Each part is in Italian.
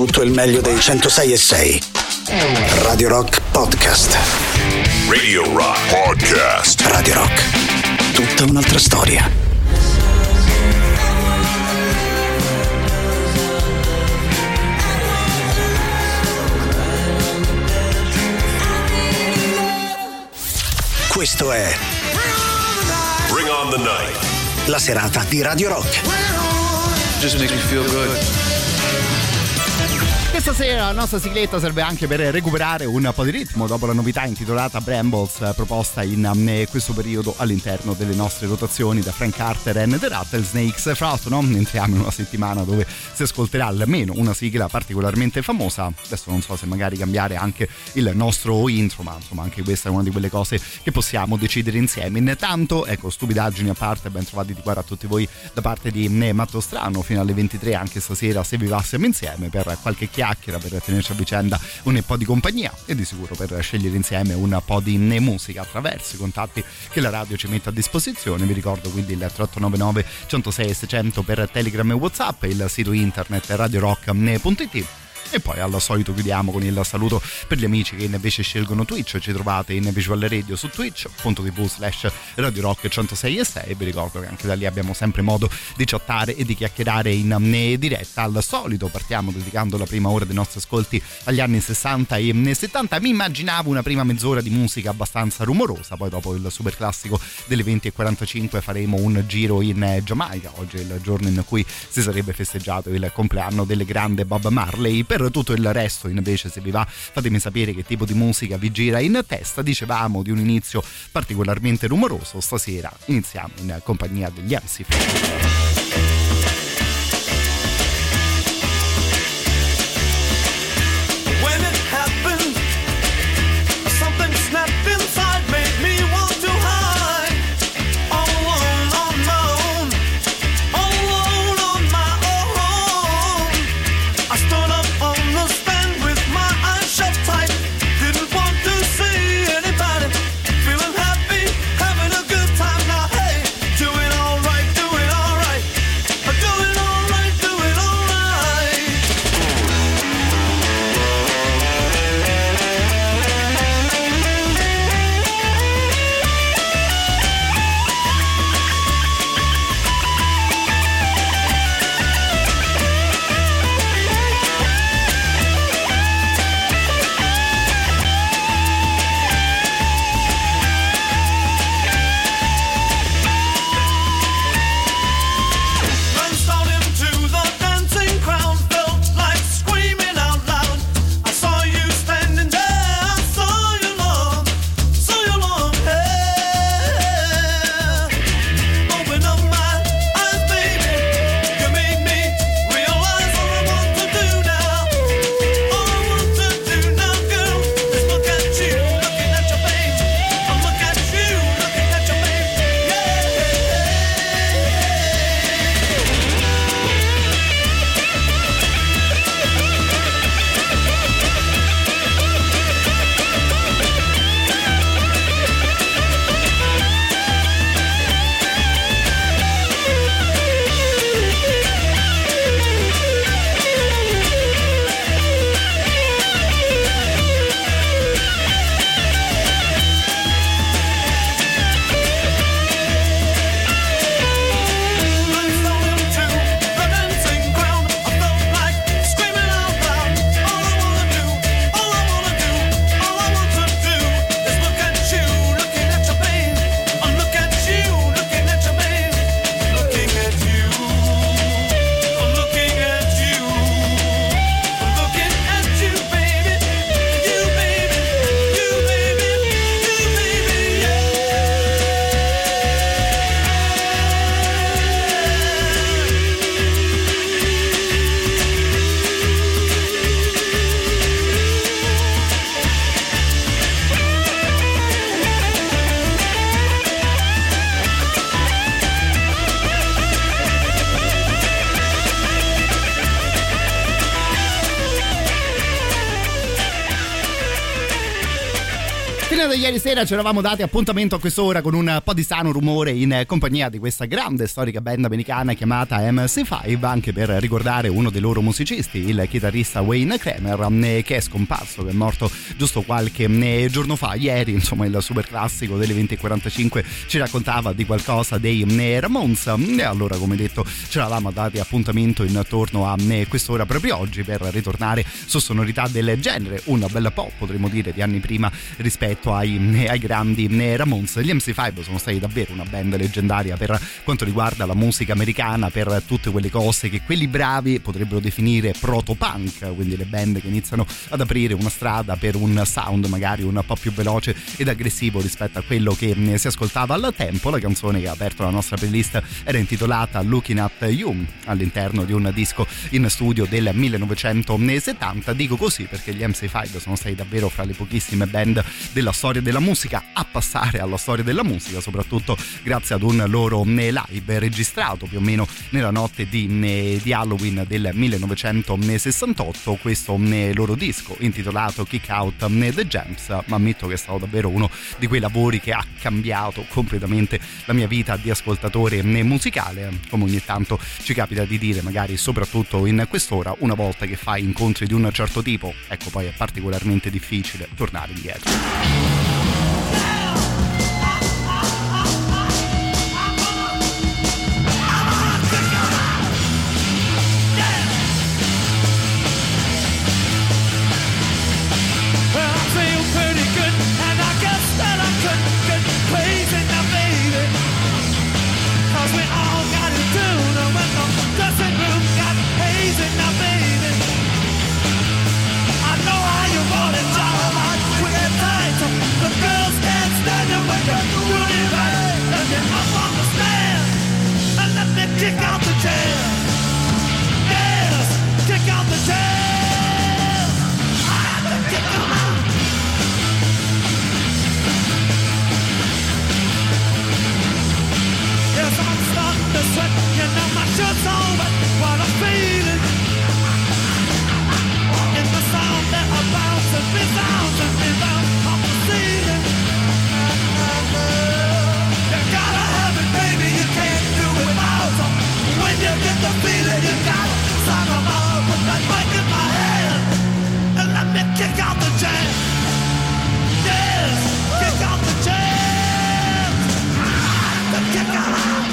tutto il meglio dei 106.6. Radio Rock Podcast. Radio Rock Podcast. Radio Rock. Tutta un'altra storia. Questo è Bring on the night. La serata di Radio Rock. Just makes me feel good. Questa sera la nostra sigletta serve anche per recuperare un po' di ritmo dopo la novità intitolata Brambles, proposta in questo periodo all'interno delle nostre rotazioni da Frank Carter and the Rattlesnakes. Fra l'altro entriamo in una settimana dove si ascolterà almeno una sigla particolarmente famosa. Adesso non so se magari cambiare anche il nostro intro, ma insomma anche questa è una di quelle cose che possiamo decidere insieme. Intanto, ecco, stupidaggini a parte, ben trovati di cuore a tutti voi da parte di Matto Strano fino alle 23 anche stasera, se vi passiamo insieme per qualche chiacchiera, per tenerci a vicenda un po' di compagnia e di sicuro per scegliere insieme un po' di musica attraverso i contatti che la radio ci mette a disposizione. Vi ricordo quindi il 3899 106 600 per Telegram e WhatsApp, il sito internet radiorock.it. E poi al solito chiudiamo con il saluto per gli amici che invece scelgono Twitch. Ci trovate in Visual Radio su twitch.tv/Radio Rock 106.6 e vi ricordo che anche da lì abbiamo sempre modo di chattare e di chiacchierare in diretta. Al solito partiamo dedicando la prima ora dei nostri ascolti agli anni 60 e 70. Mi immaginavo una prima mezz'ora di musica abbastanza rumorosa, poi dopo il super classico delle 20:45 faremo un giro in Giamaica. Oggi è il giorno in cui si sarebbe festeggiato il compleanno del grande Bob Marley. Per tutto il resto invece, se vi va, fatemi sapere che tipo di musica vi gira in testa. Dicevamo di un inizio particolarmente rumoroso, stasera iniziamo in compagnia degli MC. Feeling happy, having a good time now. Hey, doing all right, doing all right. fine di ieri sera ci eravamo dati appuntamento a quest'ora con un po' di sano rumore in compagnia di questa grande storica band americana chiamata MC5, anche per ricordare uno dei loro musicisti, il chitarrista Wayne Kramer, che è scomparso, che è morto giusto qualche giorno fa. Ieri, insomma, il super classico delle 20:45 ci raccontava di qualcosa dei Ramones, e allora, come detto, ci eravamo dati appuntamento intorno a quest'ora proprio oggi per ritornare su sonorità del genere, un bel po', potremmo dire, di anni prima rispetto ai grandi Ramones. Gli MC5 sono stati davvero una band leggendaria per quanto riguarda la musica americana, per tutte quelle cose che quelli bravi potrebbero definire proto-punk, quindi le band che iniziano ad aprire una strada per un sound magari un po' più veloce ed aggressivo rispetto a quello che si ascoltava al tempo. La canzone che ha aperto la nostra playlist era intitolata Looking at You, all'interno di un disco in studio del 1970. Dico così perché gli MC5 sono stati davvero fra le pochissime band della storia della musica a passare alla storia della musica, soprattutto grazie ad un loro live registrato più o meno nella notte di Halloween del 1968. Questo loro disco intitolato Kick Out the Jams, ma ammetto che è stato davvero uno di quei lavori che ha cambiato completamente la mia vita di ascoltatore musicale, come ogni tanto ci capita di dire, magari soprattutto in quest'ora, una volta che fai incontri di un certo tipo, ecco, poi è particolarmente difficile tornare indietro. Kick out the jam. Yes, kick out the jam. I have to kick them out. Yes, I'm starting to sweat. You know my shirt's on, but what I'm feeling in the sound that I bounce and resounds and rebounds off the ceiling. You gotta have it, baby. You can't do it without. When you get the feeling, you gotta sound them out. Put that mic in my hand and let me kick out the jam. Yes, kick out the jam. The kick out.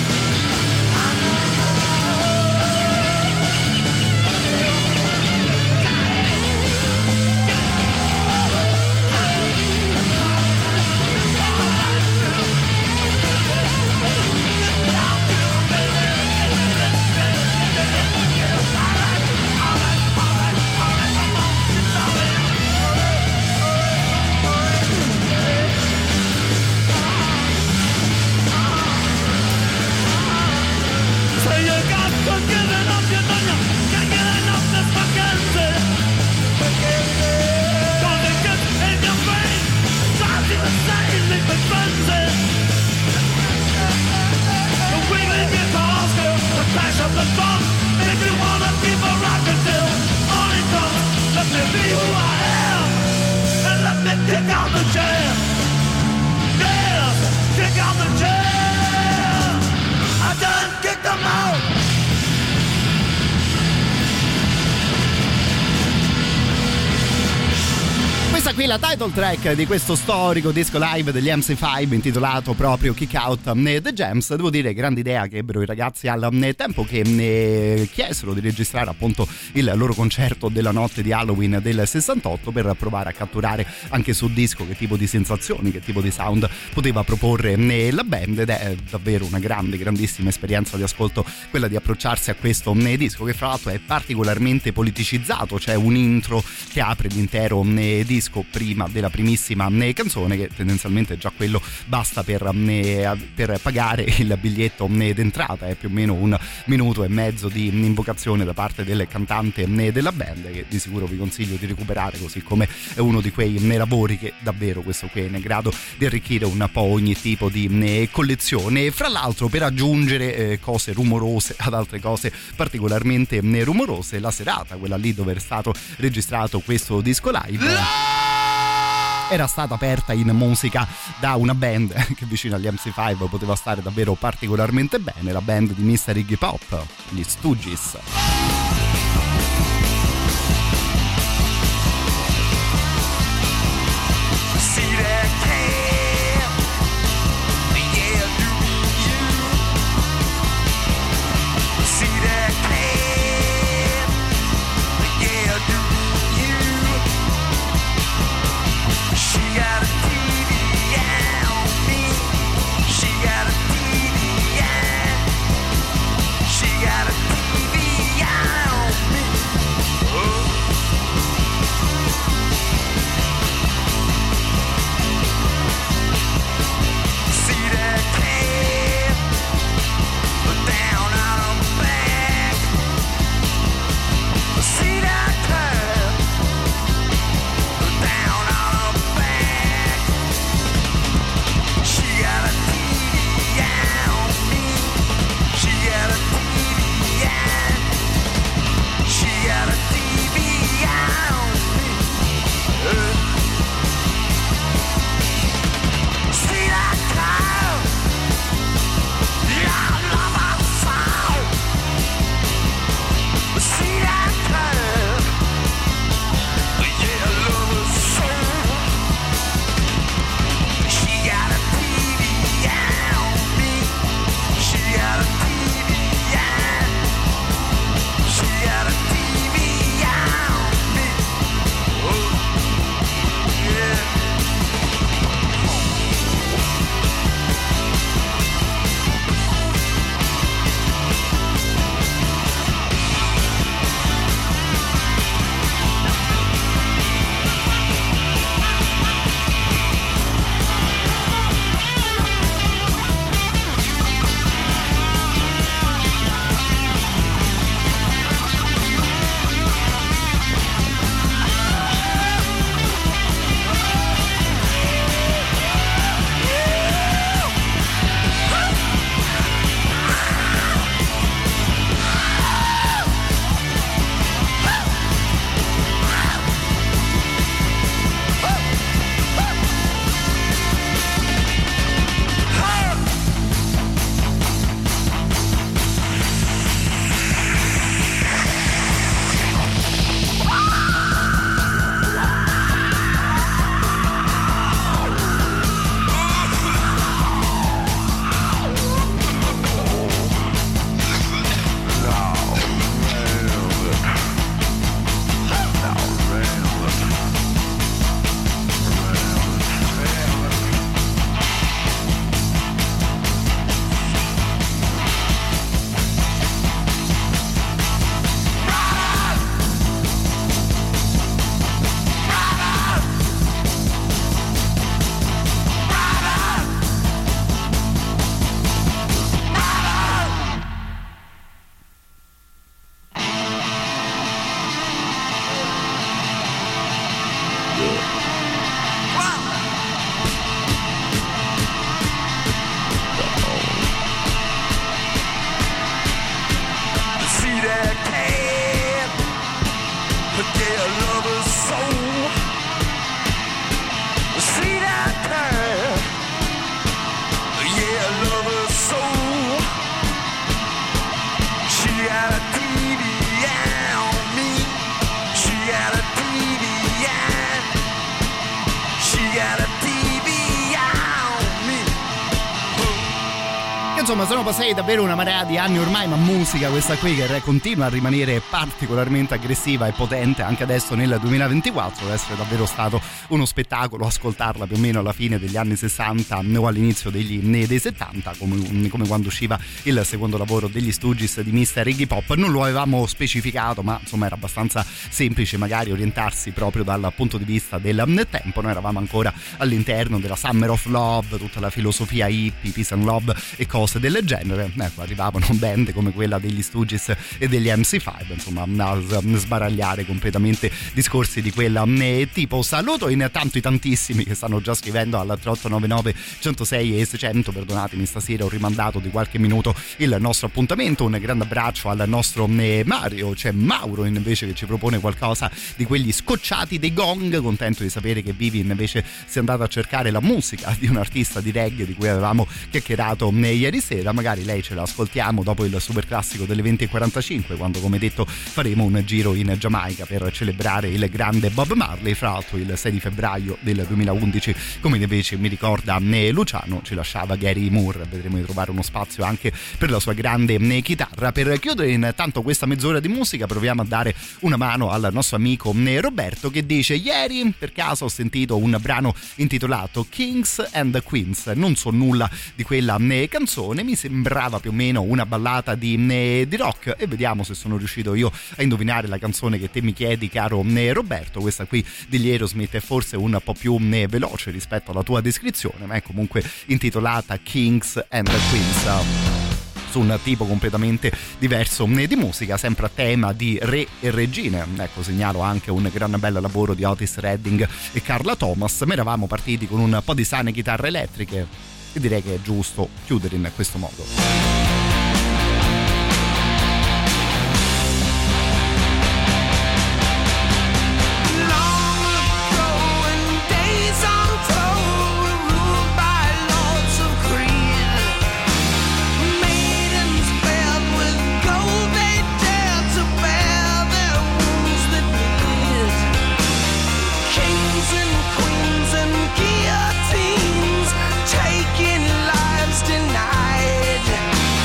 Qui la title track di questo storico disco live degli MC5 intitolato proprio Kick Out the Jams. Devo dire, grande idea che ebbero i ragazzi al tempo, che chiesero di registrare appunto il loro concerto della notte di Halloween del 68 per provare a catturare anche su disco che tipo di sensazioni, che tipo di sound poteva proporre la band, ed è davvero una grandissima esperienza di ascolto quella di approcciarsi a questo disco, che fra l'altro è particolarmente politicizzato. C'è un intro che apre l'intero disco prima della primissima canzone, che tendenzialmente già quello basta per pagare il biglietto d'entrata. È più o meno 1 minuto e mezzo di invocazione da parte del cantante della band, che di sicuro vi consiglio di recuperare, così come è uno di quei lavori che davvero questo qui è in grado di arricchire un po' ogni tipo di collezione. Fra l'altro, per aggiungere cose rumorose ad altre cose particolarmente rumorose, la serata, quella lì dove è stato registrato questo disco live, era stata aperta in musica da una band che vicino agli MC5 poteva stare davvero particolarmente bene, la band di Mr. Iggy Pop, gli Stooges. Insomma, sono passati davvero una marea di anni ormai, ma musica questa qui che continua a rimanere particolarmente aggressiva e potente anche adesso nel 2024. Deve essere davvero stato uno spettacolo ascoltarla più o meno alla fine degli anni 60 o all'inizio dei 70, come quando usciva il secondo lavoro degli Stooges di Mr. Iggy Pop. Non lo avevamo specificato, ma insomma era abbastanza semplice magari orientarsi proprio dal punto di vista del tempo. Noi eravamo ancora all'interno della Summer of Love, tutta la filosofia hippie, peace and love e cose cose del genere. Ecco, arrivavano band come quella degli Stooges e degli MC5, insomma, a sbaragliare completamente discorsi di quella tipo. Saluto intanto i tantissimi che stanno già scrivendo al 3899 106 e 600. Perdonatemi, stasera ho rimandato di qualche minuto il nostro appuntamento. Un grande abbraccio al nostro Mario. C'è Mauro invece che ci propone qualcosa di quelli scocciati dei Gong. Contento di sapere che Vivi invece si è andata a cercare la musica di un artista di reggae di cui avevamo chiacchierato ieri sera. Magari lei ce la ascoltiamo dopo il super classico delle 20:45, quando, come detto, faremo un giro in Giamaica per celebrare il grande Bob Marley. Fra l'altro il 6 di febbraio del 2011, come invece mi ricorda Luciano, ci lasciava Gary Moore. Vedremo di trovare uno spazio anche per la sua grande chitarra. Per chiudere intanto questa mezz'ora di musica proviamo a dare una mano al nostro amico Roberto, che dice: ieri per caso ho sentito un brano intitolato Kings and the Queens, non so nulla di quella canzone, mi sembrava più o meno una ballata di rock, e vediamo se sono riuscito io a indovinare la canzone che te mi chiedi, caro Roberto. Questa qui degli Aerosmith è forse un po' più veloce rispetto alla tua descrizione, ma è comunque intitolata Kings and the Queens, su un tipo completamente diverso di musica, sempre a tema di re e regine. Ecco, segnalo anche un gran bel lavoro di Otis Redding e Carla Thomas. Ma eravamo partiti con un po' di sane chitarre elettriche e direi che è giusto chiudere in questo modo. Taking lives denied.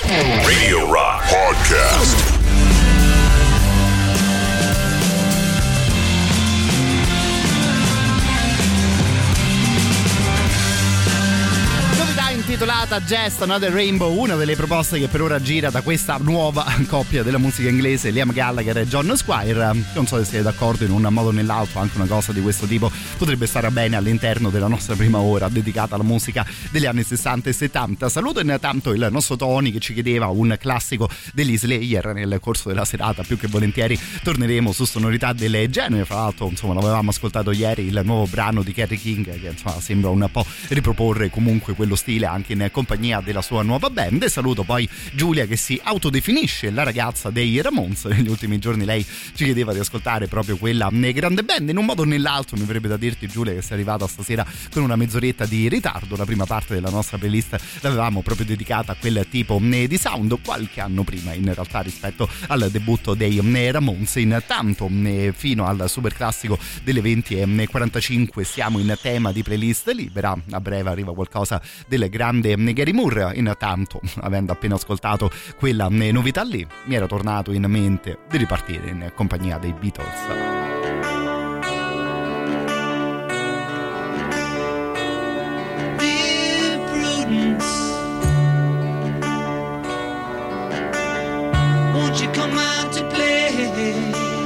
Radio Rock Podcast. Intitolata Just Another Rainbow, una delle proposte che per ora gira da questa nuova coppia della musica inglese, Liam Gallagher e John Squire. Non so se siete d'accordo, in un modo o nell'altro anche una cosa di questo tipo potrebbe stare bene all'interno della nostra prima ora dedicata alla musica degli anni 60 e 70. Saluto intanto il nostro Tony che ci chiedeva un classico degli Slayer. Nel corso della serata più che volentieri torneremo su sonorità del genere. Fra l'altro, insomma, l'avevamo ascoltato ieri, il nuovo brano di Kerry King, che insomma sembra un po' riproporre comunque quello stile anche in compagnia della sua nuova band. E saluto poi Giulia che si autodefinisce la ragazza dei Ramones. Negli ultimi giorni lei ci chiedeva di ascoltare proprio quella grande band. In un modo o nell'altro mi verrebbe da dirti, Giulia, che sei arrivata stasera con una mezz'oretta di ritardo. La prima parte della nostra playlist l'avevamo proprio dedicata a quel tipo di sound qualche anno prima in realtà rispetto al debutto dei Ramones. Intanto fino al super classico delle 20:45 siamo in tema di playlist libera. A breve arriva qualcosa del grande Gary Moore. Intanto, avendo appena ascoltato quella novità lì, mi era tornato in mente di ripartire in compagnia dei Beatles. Won't you come out to play?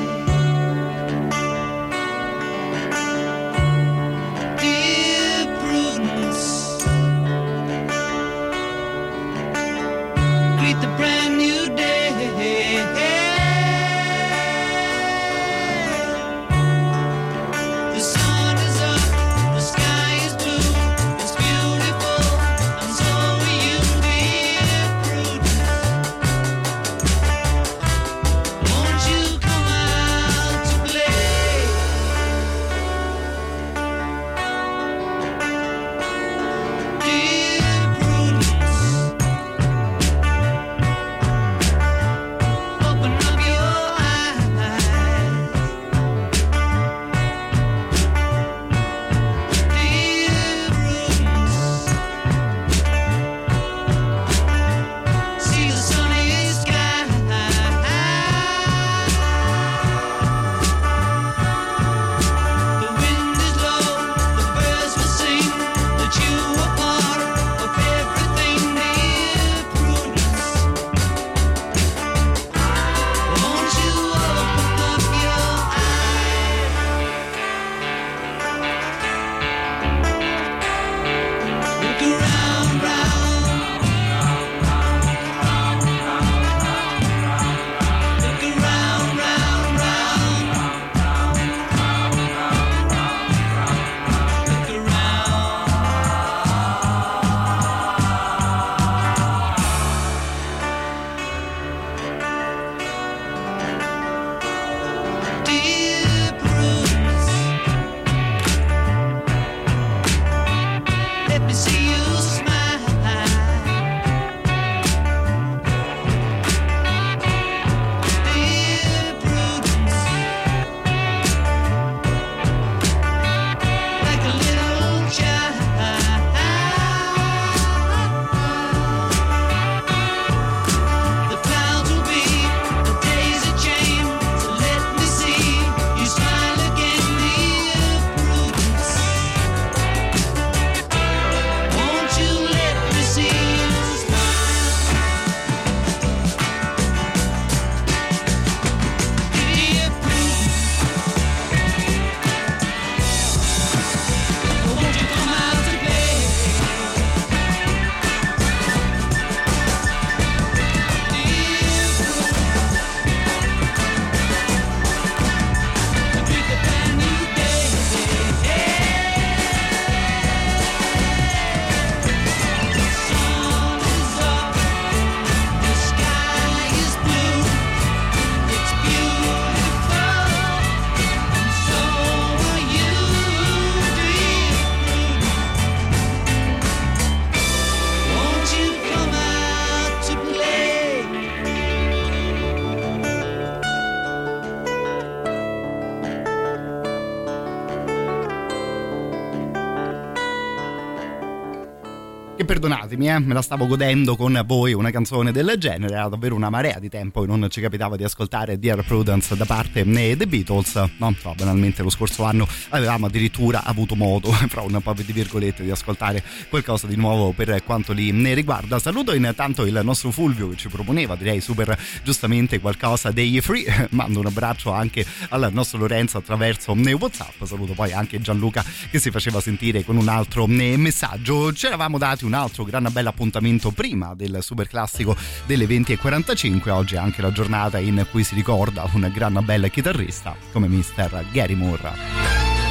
Dear Prudence, greet the brand new day. The sun is up, the sky is blue, it's beautiful, and so are you, dear Prudence. Won't you come out to play? Dear Prudence, che perdonatemi, me la stavo godendo con voi una canzone del genere, era davvero una marea di tempo che non ci capitava di ascoltare Dear Prudence da parte dei Beatles, no? So, banalmente lo scorso anno avevamo addirittura avuto modo, fra un po' di virgolette, di ascoltare qualcosa di nuovo per quanto li riguarda. Saluto intanto il nostro Fulvio che ci proponeva, direi super giustamente, qualcosa dei Free, mando un abbraccio anche al nostro Lorenzo attraverso WhatsApp, saluto poi anche Gianluca che si faceva sentire con un altro messaggio. Ci eravamo dati un altro gran bel appuntamento prima del super classico delle 20:45, oggi è anche la giornata in cui si ricorda un gran bel chitarrista come Mr. Gary Moore.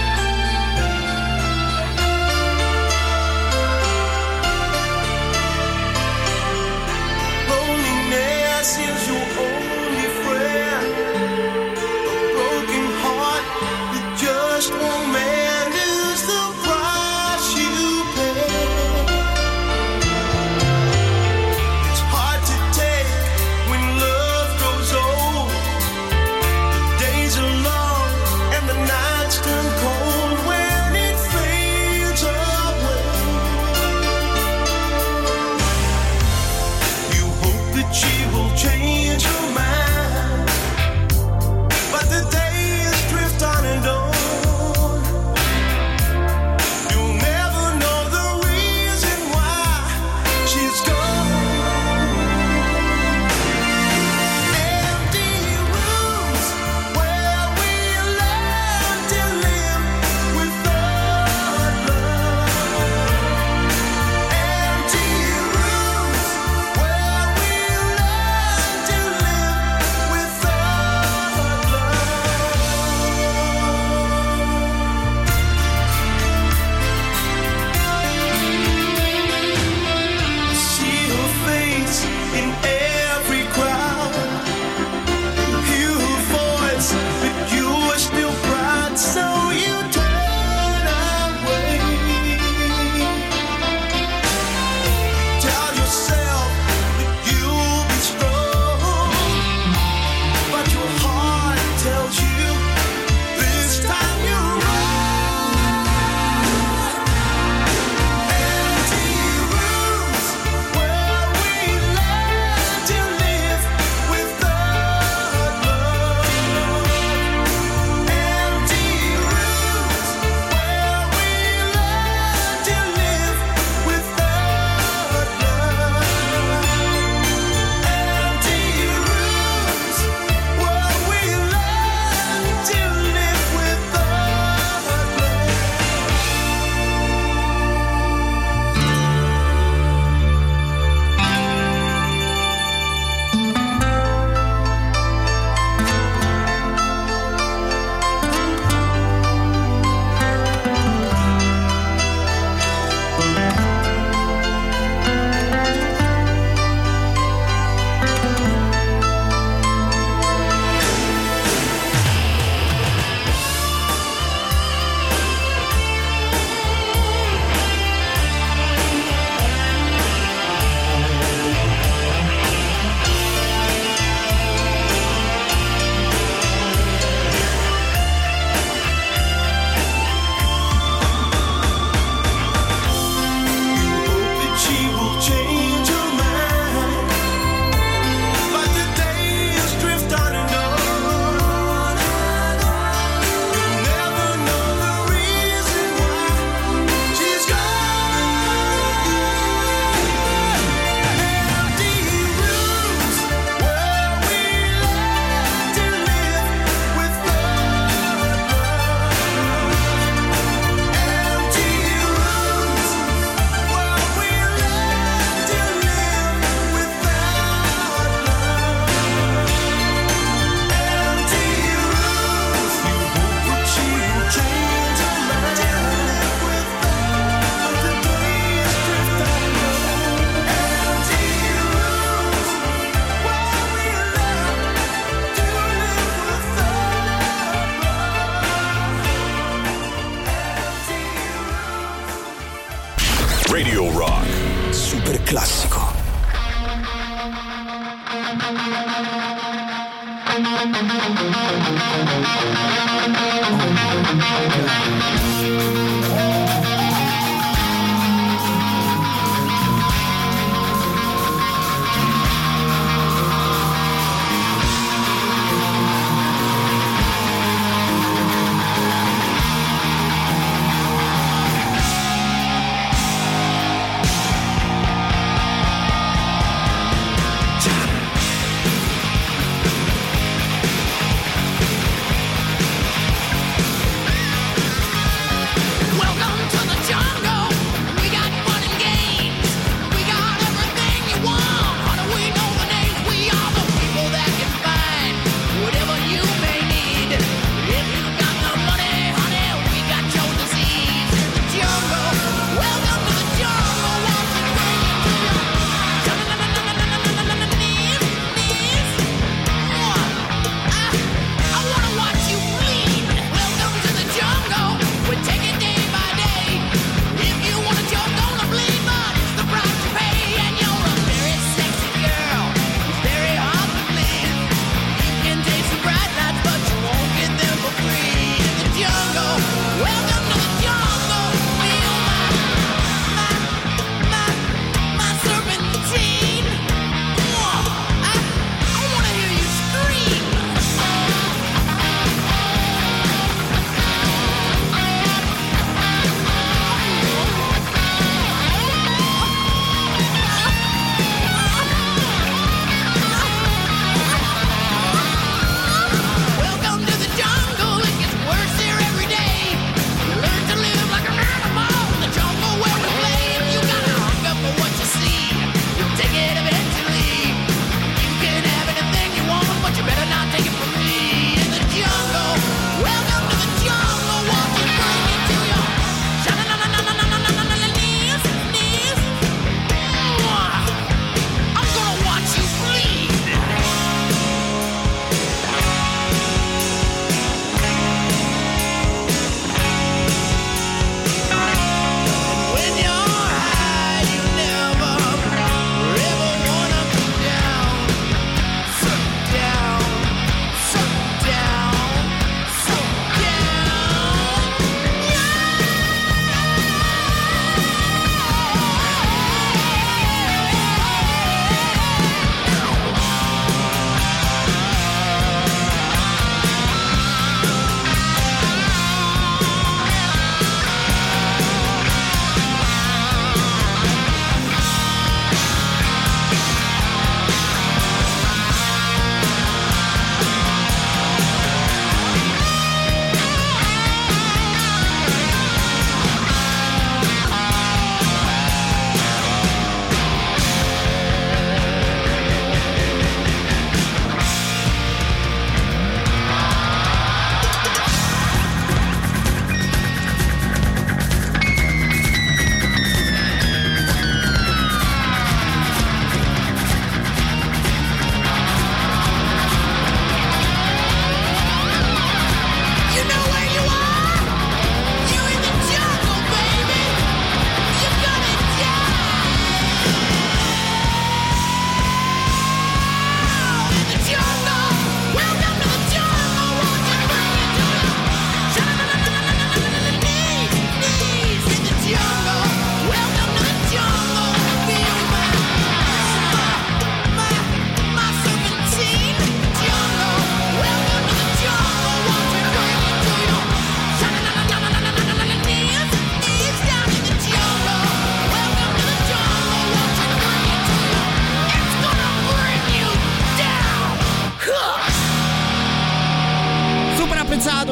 Radio Rock. Super classico.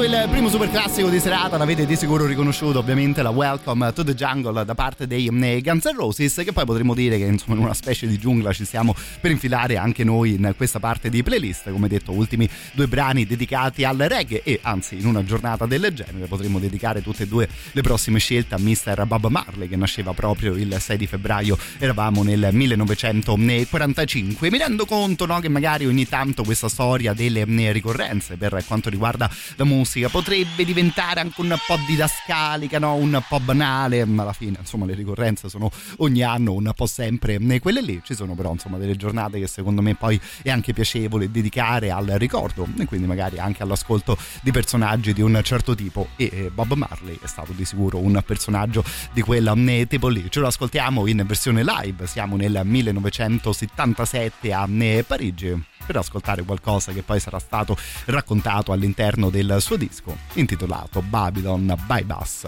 Ecco il primo super classico di serata, l'avete di sicuro riconosciuto, ovviamente la Welcome to the Jungle da parte dei Guns N' Roses, che poi potremmo dire che insomma in una specie di giungla ci stiamo per infilare anche noi in questa parte di playlist. Come detto, ultimi due brani dedicati al reggae, e anzi in una giornata del genere potremmo dedicare tutte e due le prossime scelte a Mr. Bob Marley, che nasceva proprio il 6 di febbraio, eravamo nel 1945. Mi rendo conto, no, che magari ogni tanto questa storia delle ricorrenze per quanto riguarda la musica potrebbe diventare anche un po' didascalica, no? Un po' banale, ma alla fine insomma le ricorrenze sono ogni anno un po' sempre quelle lì. Ci sono però insomma delle giornate che secondo me poi è anche piacevole dedicare al ricordo, e quindi magari anche all'ascolto di personaggi di un certo tipo, e Bob Marley è stato di sicuro un personaggio di quella tipo lì. Ce lo ascoltiamo in versione live, siamo nel 1977 a Parigi, per ascoltare qualcosa che poi sarà stato raccontato all'interno del suo disco intitolato Babylon by Bus.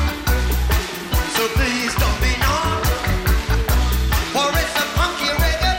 Please don't be naughty, for it's a funky reggae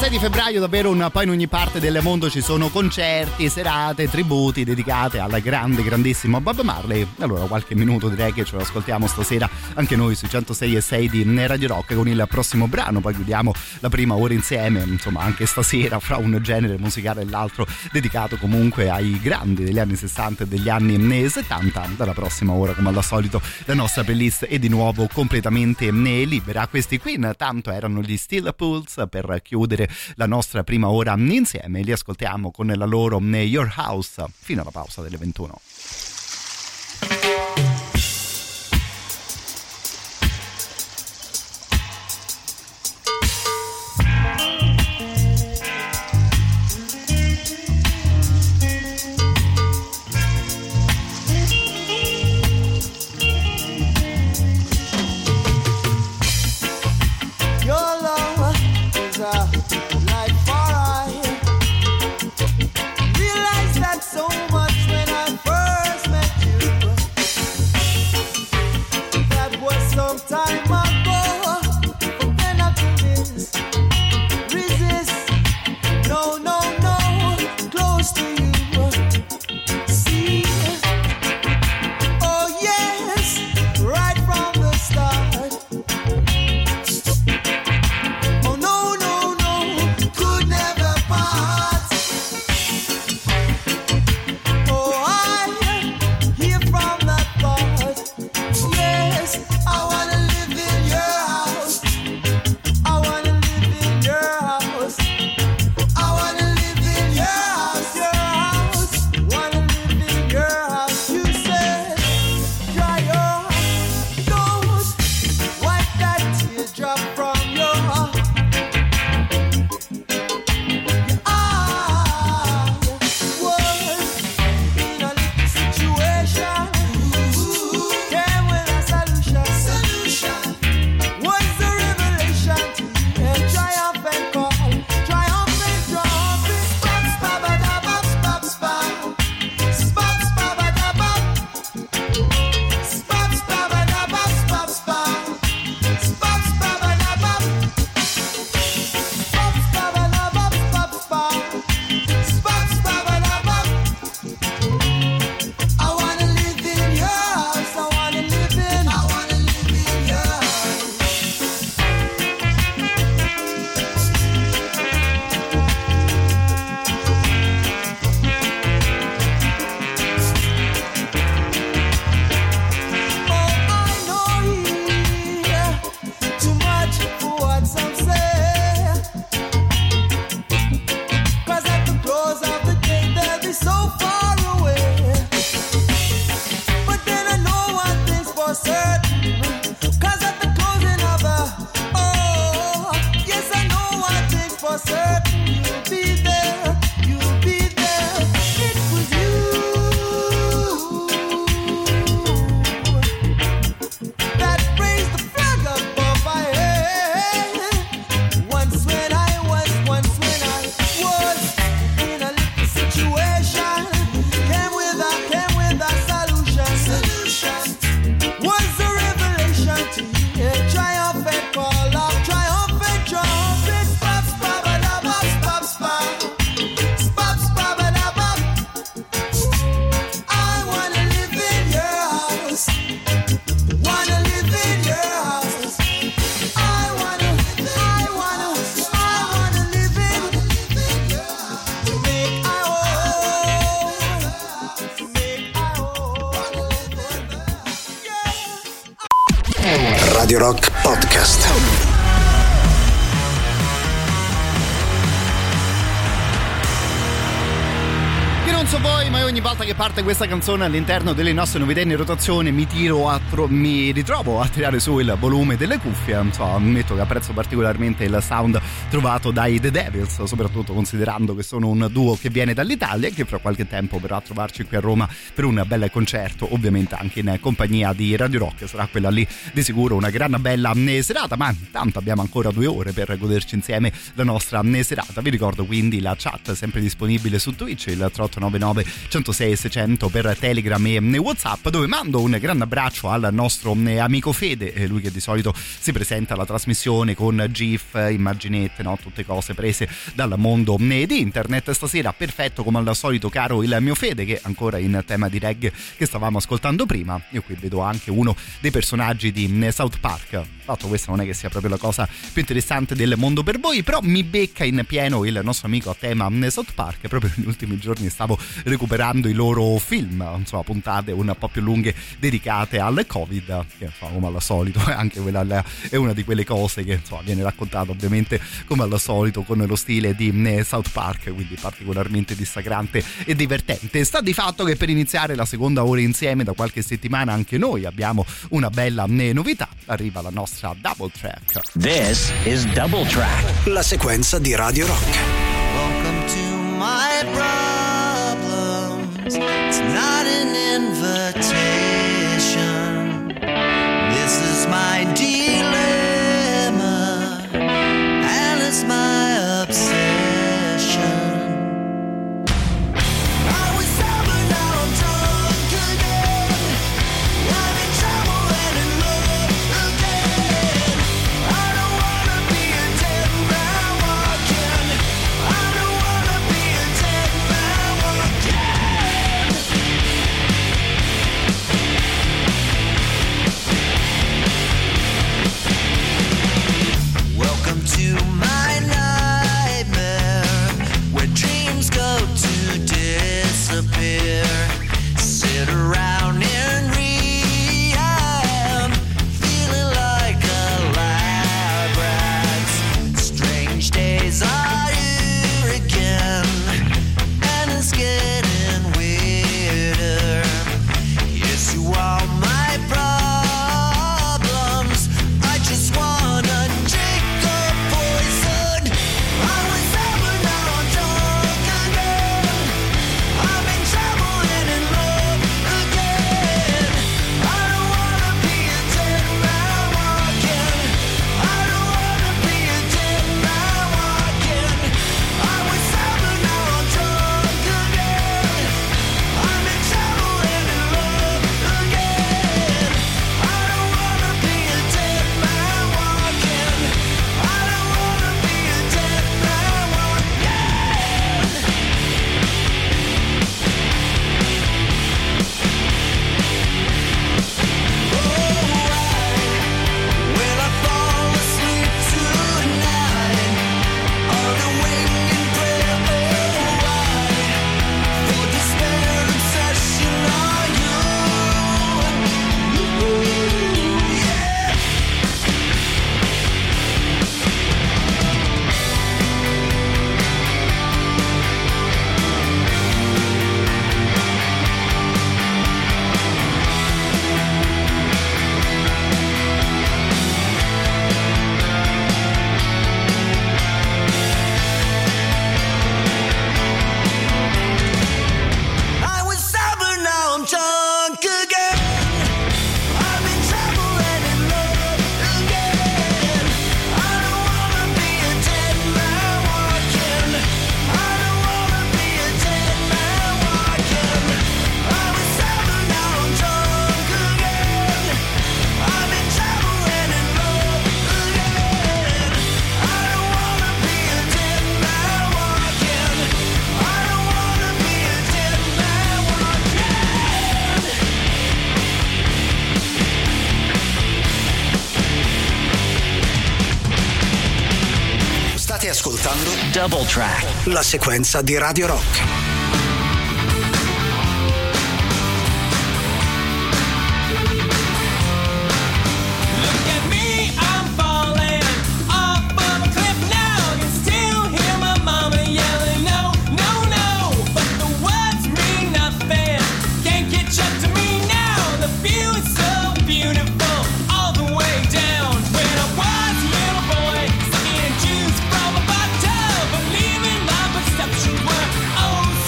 6 di febbraio davvero un po' in ogni parte del mondo ci sono concerti, serate, tributi dedicate al grandissimo Bob Marley. Allora qualche minuto direi che ce lo ascoltiamo stasera anche noi sui 106.6 di Radio Rock con il prossimo brano, poi chiudiamo la prima ora insieme, insomma anche stasera fra un genere musicale e l'altro dedicato comunque ai grandi degli anni 60 e degli anni 70. Dalla prossima ora come al solito la nostra playlist è di nuovo completamente libera. Questi qui intanto erano gli Steel Pulse per chiudere la nostra prima ora insieme, li ascoltiamo con la loro Your House fino alla pausa delle 21. Radio Rock Podcast. Non so voi, ma ogni volta che parte questa canzone all'interno delle nostre novità in rotazione mi ritrovo a tirare su il volume delle cuffie. Ammetto che apprezzo particolarmente il sound trovato dai The Devils, soprattutto considerando che sono un duo che viene dall'Italia e che fra qualche tempo verrà a trovarci qui a Roma per un bel concerto, ovviamente anche in compagnia di Radio Rock. Sarà quella lì di sicuro una gran bella serata, ma tanto abbiamo ancora 2 ore per goderci insieme la nostra serata. Vi ricordo quindi la chat sempre disponibile su Twitch, il 389 399 106 600 per Telegram e WhatsApp, dove mando un grande abbraccio al nostro amico Fede, lui che di solito si presenta alla trasmissione con GIF, immaginette, no? Tutte cose prese dal mondo di internet. Stasera perfetto come al solito, caro il mio Fede, che ancora in tema di reggae che stavamo ascoltando prima. Io qui vedo anche uno dei personaggi di South Park. Fatto, questa non è che sia proprio la cosa più interessante del mondo per voi, però mi becca in pieno il nostro amico a tema South Park. Proprio negli ultimi giorni stavo recuperando i loro film, insomma puntate un po' più lunghe dedicate al Covid, che insomma, come al solito anche quella è una di quelle cose che insomma viene raccontata ovviamente come al solito con lo stile di South Park, quindi particolarmente dissacrante e divertente. Sta di fatto che per iniziare la seconda ora insieme da qualche settimana anche noi abbiamo una bella novità, arriva la nostra Double Track. This is Double Track, la sequenza di Radio Rock. Welcome to my problems. It's not an invitation. This is my dilemma, and it's my obsession. I was sober, now I'm drunk again. I'm in trouble and in love again. I don't wanna be a dead man walking. I don't wanna be a dead man walking. Welcome to my nightmare, where dreams go to disappear. Sit around in rehab, feeling like a lab rat. Strange days are here again, and it's getting weirder. Yes, you are my problems. I just wanna drink the poison. I was sober, now I'm drunk again. I'm in trouble and in love again. I don't wanna be a dead man walking. I don't wanna be a dead man walking. I was sober, now I'm drunk again. I'm in trouble and in love again. I don't wanna be a dead man walking. I don't wanna be a dead man walking. Oh, will I fall asleep tonight? On a winged prayer, oh, why? For despair obsession on you. Yeah. I was sober, now I'm drunk again. I'm in trouble and in love again. I don't wanna be a dead man walking. I don't wanna be a dead man walking. I was sober, now I'm drunk again. I'm in trouble and in love again. I don't wanna be a dead man walking. I don't wanna be a dead man walking. State ascoltando Double Track. la sequenza di Radio Rock. Look at me, I'm falling off of a cliff now. You still hear my mama yelling, no, no, no. But the words mean nothing, can't catch up to me now. The view is so beautiful all the way down. When I was a little boy, sucking juice from a bottle, believing my perceptions were oh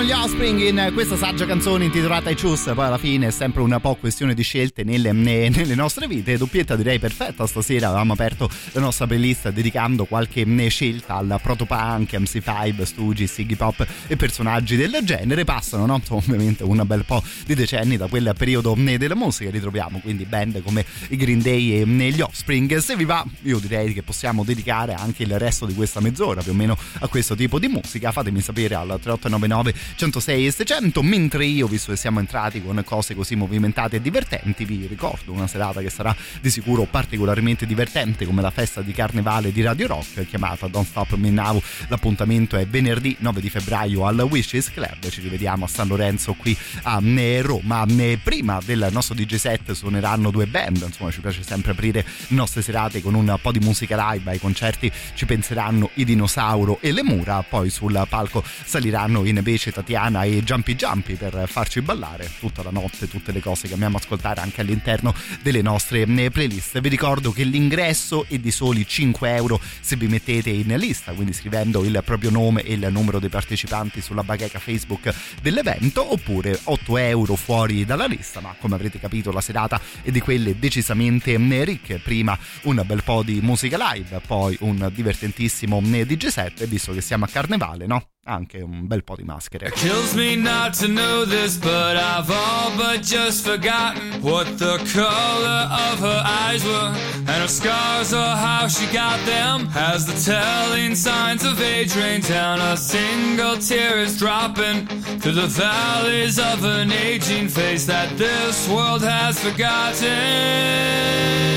Erano gli Offspring in questa saggia canzone intitolata I Choose. Poi alla fine è sempre un po' questione di scelte nelle nostre vite. Doppietta direi perfetta stasera. Avevamo aperto la nostra playlist dedicando qualche scelta al protopunk, MC5, Stooges, Iggy Pop e personaggi del genere. Passano, no? Ovviamente un bel po' di decenni da quel periodo della musica. Ritroviamo quindi band come i Green Day e gli Offspring. Se vi va, io direi che possiamo dedicare anche il resto di questa mezz'ora più o meno a questo tipo di musica. Fatemi sapere al 3899 106 e 600. Mentre io, visto che siamo entrati con cose così movimentate e divertenti, vi ricordo una serata che sarà di sicuro particolarmente divertente come la festa di carnevale di Radio Rock chiamata Don't Stop Me Now. L'appuntamento è venerdì 9 di febbraio al Wishes Club. Ci rivediamo a San Lorenzo qui a Roma. Prima del nostro DJ set suoneranno due band. Insomma, ci piace sempre aprire le nostre serate con un po' di musica live. Ai concerti ci penseranno i Dinosauro e le Mura. Poi sul palco saliranno invece Tatiana e Jumpy Jumpy per farci ballare tutta la notte tutte le cose che amiamo ascoltare anche all'interno delle nostre playlist. Vi ricordo che l'ingresso è di soli 5 euro se vi mettete in lista, quindi scrivendo il proprio nome e il numero dei partecipanti sulla bacheca Facebook dell'evento, oppure 8 euro fuori dalla lista. Ma come avrete capito la serata è di quelle decisamente ricche. Prima un bel po' di musica live, poi un divertentissimo DJ set e visto che siamo a carnevale, no? Anche un bel po' di maschere. It kills me not to know this, but I've all but just forgotten what the color of her eyes were, and her scars or how she got them. As the telling signs of age rain down, a single tear is dropping through the valleys of an aging face that this world has forgotten.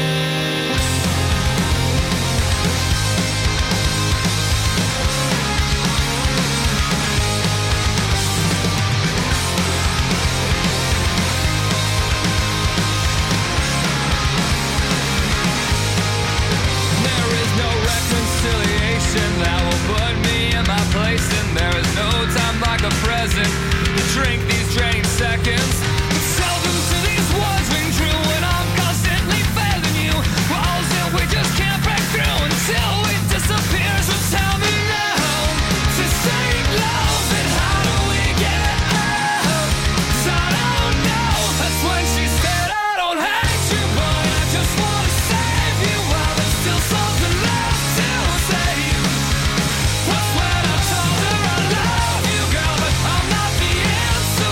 That will put me in my place, and there is no time like a present to drink these draining seconds. But seldom do these words ring true when I'm constantly failing you. Walls that we just can't break through until we disappear. So tell me now, to save love, and how do we get out? 'Cause I don't know. That's when she said I don't hate you, but I just wanna save you while there's still something left to say. When I told her I love you, girl, but I'm not the answer.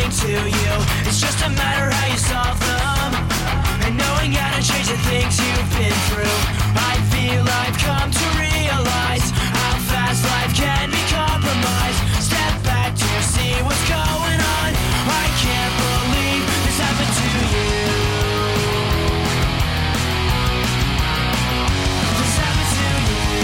thing to you. It's just a matter how you solve them, and knowing how to change the things you've been through. I feel I've come to realize how fast life can be compromised. Step back to see what's going on. I can't believe this happened to you. This happened to you.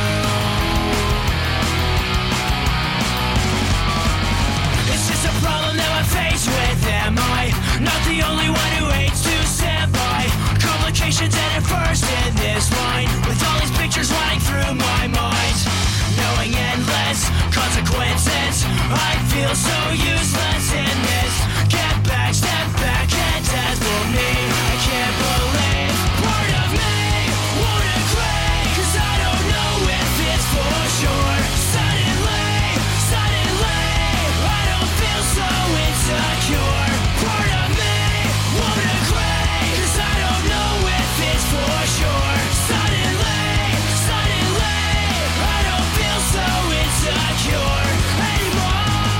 It's just a problem that I'm faced with. Am I not the only one who hates to stand by? Complications at first in this line, with all these pictures running through my mind, knowing endless consequences. I feel so useless in this. Get back, step back, and as for me, I can't believe part of me won't agree, 'cause I don't know if it's for sure. Suddenly, I don't feel so insecure. Part of me won't agree, 'cause I don't know if it's for sure. Suddenly, I don't feel so insecure anymore.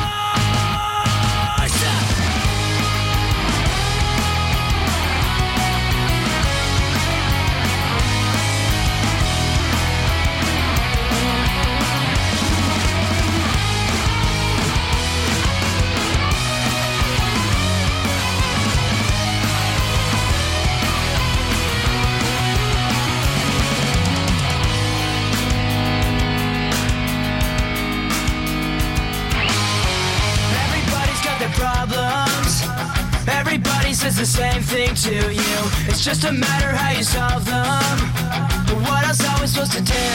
Everybody's got their problems. Everybody says the same thing to you. It's just a matter how you solve them. But what else are we supposed to do?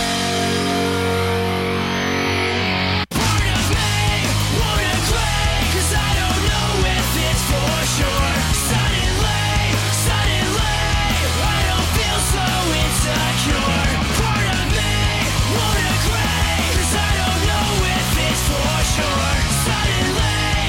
Part of me won't agree, 'cause I don't know if it's for sure. Suddenly, I don't feel so insecure. Part of me won't agree, 'cause I don't know if it's for sure. Suddenly,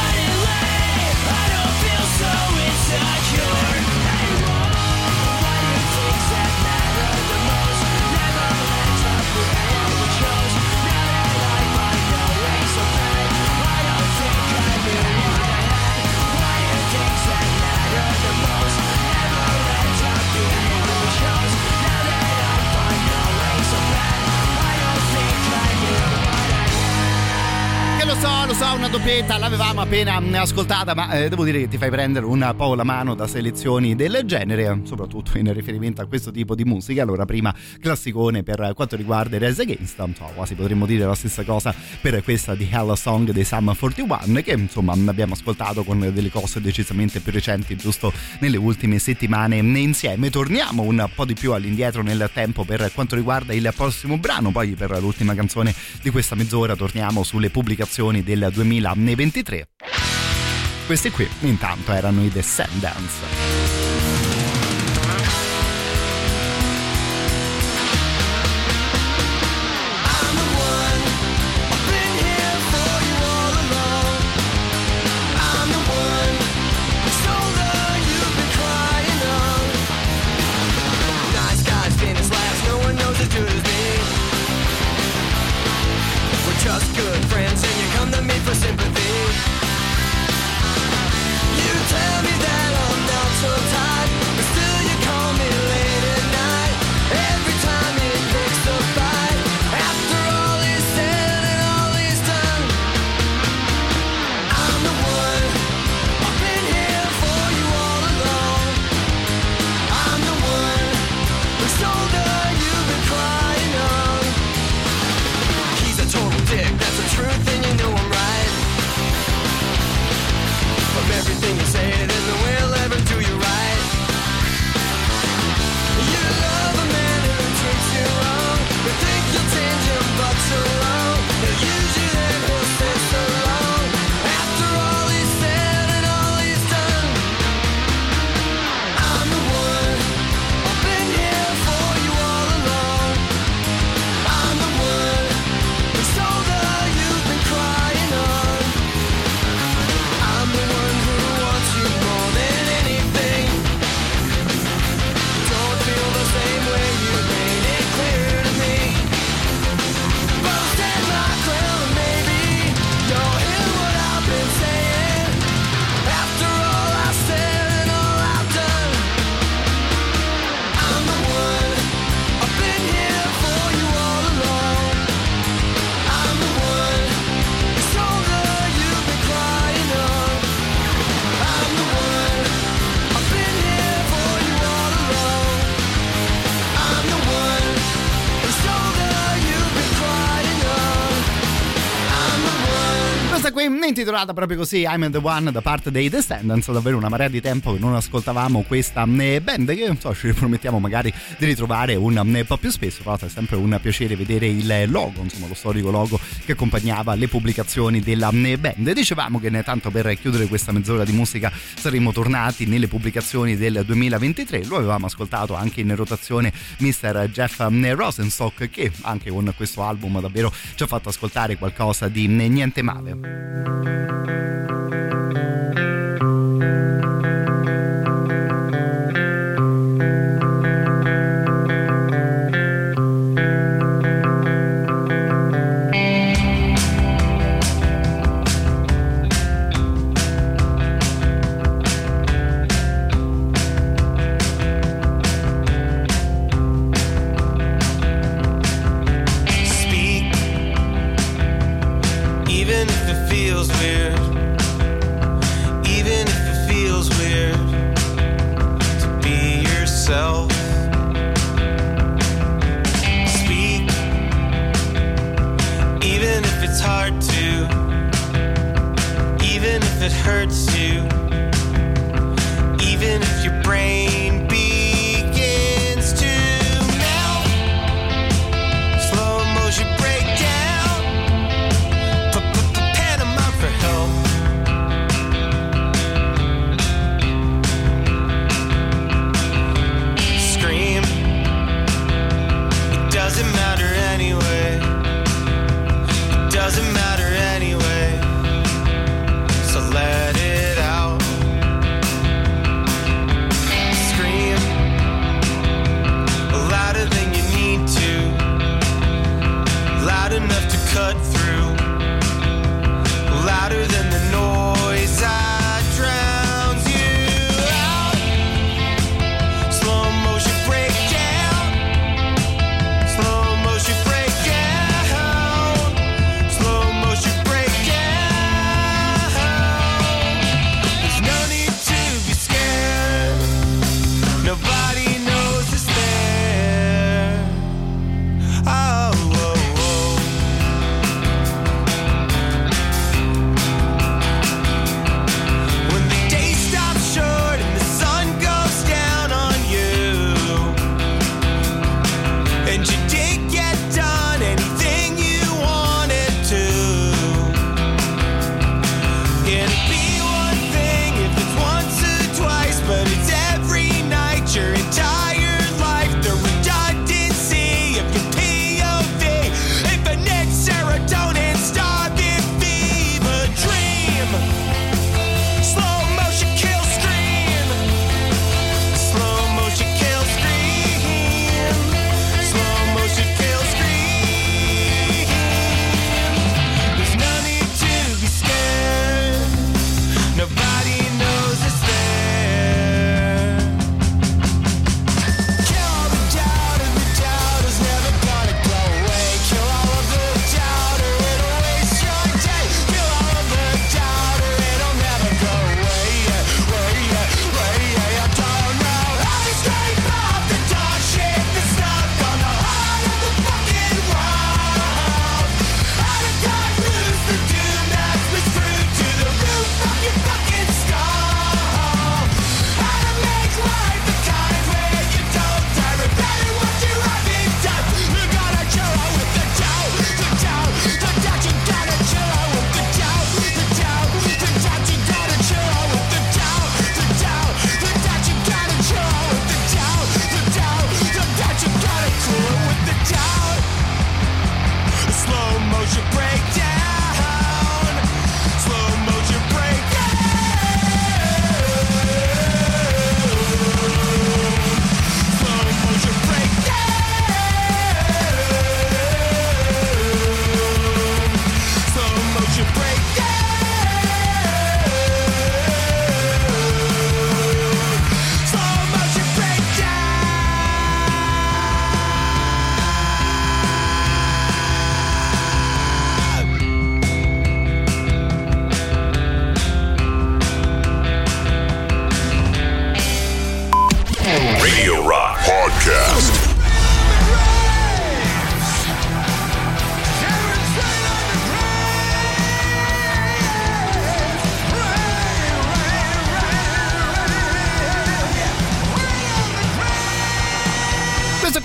I don't feel so insecure anymore. Why do things that matter the most never end up being what we chose? Now that I find no way so bad, I don't think I really what I had. Why do things that matter the most never end up being what we chose? Now that I find no way so bad, I don't think I knew what I had. Che lo so, una doppietta l'avevamo appena ascoltata, ma devo dire che ti fai prendere un po' la mano da selezioni del genere, soprattutto in riferimento a questo tipo di musica. Allora, prima classicone per quanto riguarda i Rise Against, quasi potremmo dire la stessa cosa per questa di Hella Song dei Sum 41, che insomma abbiamo ascoltato con delle cose decisamente più recenti giusto nelle ultime settimane insieme. Torniamo un po' di più all'indietro nel tempo per quanto riguarda il prossimo brano, poi per l'ultima canzone di questa mezz'ora torniamo sulle pubblicazioni del 2023. Questi qui intanto erano i Descendants. Just good friends and you come to me for sympathy. You tell me that I'm not so tired. intitolata proprio così, I'm the One, da parte dei Descendants. Davvero una marea di tempo che non ascoltavamo questa band, che non so, ci promettiamo magari di ritrovare un po' più spesso. Però è sempre un piacere vedere il logo, insomma lo storico logo che accompagnava le pubblicazioni della band. Dicevamo che tanto per chiudere questa mezz'ora di musica saremmo tornati nelle pubblicazioni del 2023. Lo avevamo ascoltato anche in rotazione Mr. Jeff Rosenstock, che anche con questo album davvero ci ha fatto ascoltare qualcosa di niente male.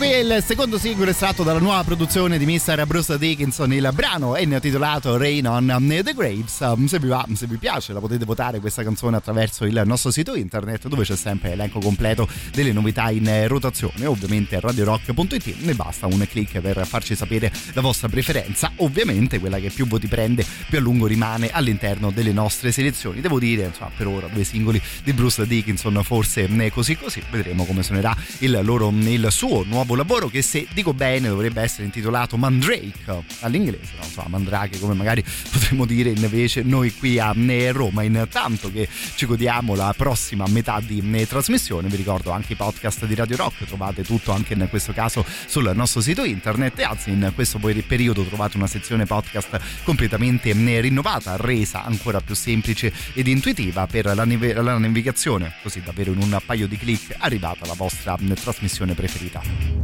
è il secondo singolo estratto dalla nuova produzione di Mr. Bruce Dickinson. Il brano è intitolato Rain on the Graves. Se vi va, se vi piace, la potete votare questa canzone attraverso il nostro sito internet, dove c'è sempre l'elenco completo delle novità in rotazione. Ovviamente radiorock.it, ne basta un click per farci sapere la vostra preferenza. Ovviamente quella che più voti prende più a lungo rimane all'interno delle nostre selezioni. Devo dire, insomma, per ora 2 singoli di Bruce Dickinson, forse così. Vedremo come suonerà il suo nuovo lavoro, che, se dico bene, dovrebbe essere intitolato Mandrake all'inglese, no? Insomma, Mandrake, come magari potremmo dire invece noi qui a Roma. Intanto che ci godiamo la prossima metà di trasmissione, vi ricordo anche i podcast di Radio Rock, trovate tutto anche in questo caso sul nostro sito internet, e anzi in questo periodo trovate una sezione podcast completamente rinnovata, resa ancora più semplice ed intuitiva per la navigazione, così davvero in un paio di click arrivata la vostra trasmissione preferita.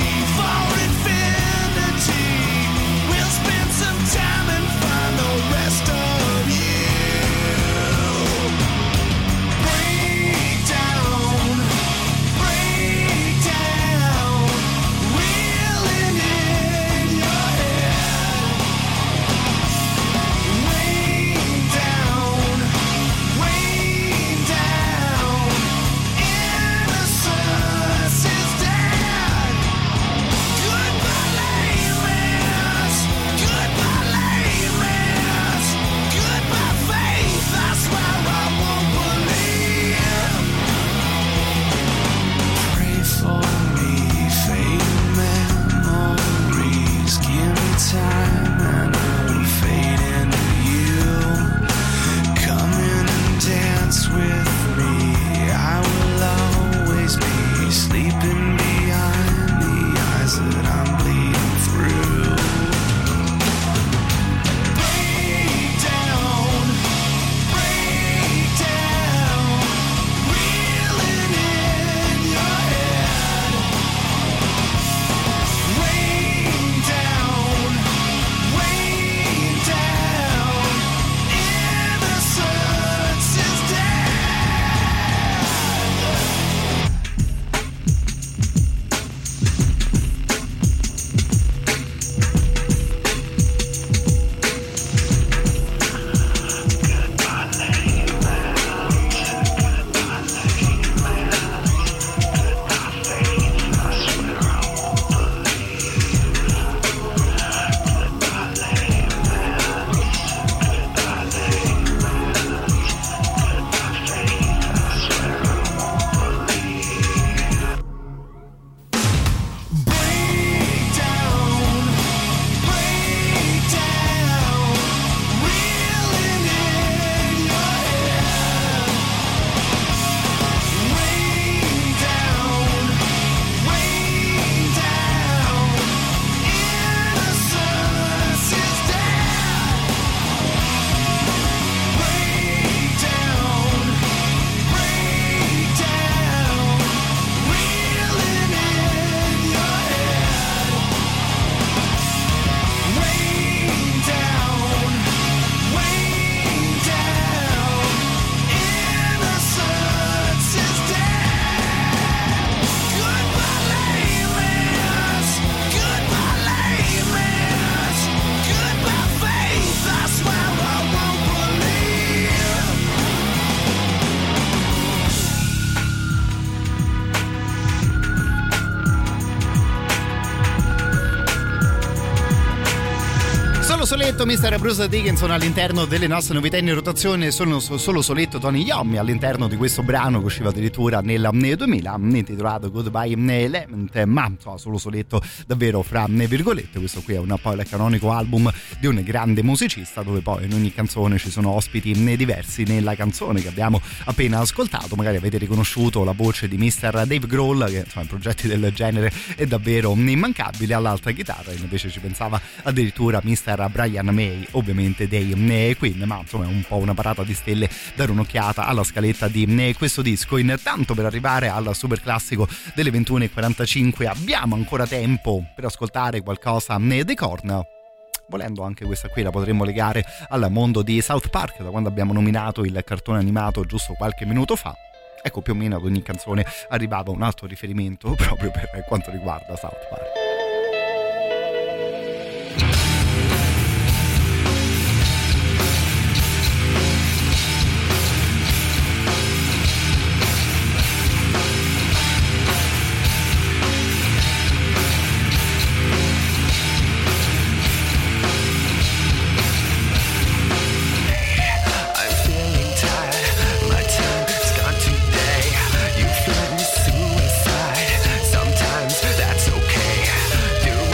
Rest Solo soletto Mr. Bruce Dickinson all'interno delle nostre novità in rotazione, solo soletto Tony Iommi all'interno di questo brano che usciva addirittura nel 2000, intitolato Goodbye Element, ma insomma solo soletto davvero fra virgolette. Questo qui è un po' il canonico album di un grande musicista, dove poi in ogni canzone ci sono ospiti diversi. Nella canzone che abbiamo appena ascoltato magari avete riconosciuto la voce di Mr. Dave Grohl, che insomma in progetti del genere è davvero immancabile. All'altra chitarra invece ci pensava addirittura Mr. Brian May, ovviamente dei Queen, ma insomma è un po' una parata di stelle dare un'occhiata alla scaletta di questo disco. Intanto, per arrivare al super classico delle 21:45 abbiamo ancora tempo per ascoltare qualcosa dei Korn. Volendo anche questa qui la potremmo legare al mondo di South Park, da quando abbiamo nominato il cartone animato giusto qualche minuto fa. Ecco, più o meno ad ogni canzone arrivava un altro riferimento proprio per quanto riguarda South Park. That's okay. Do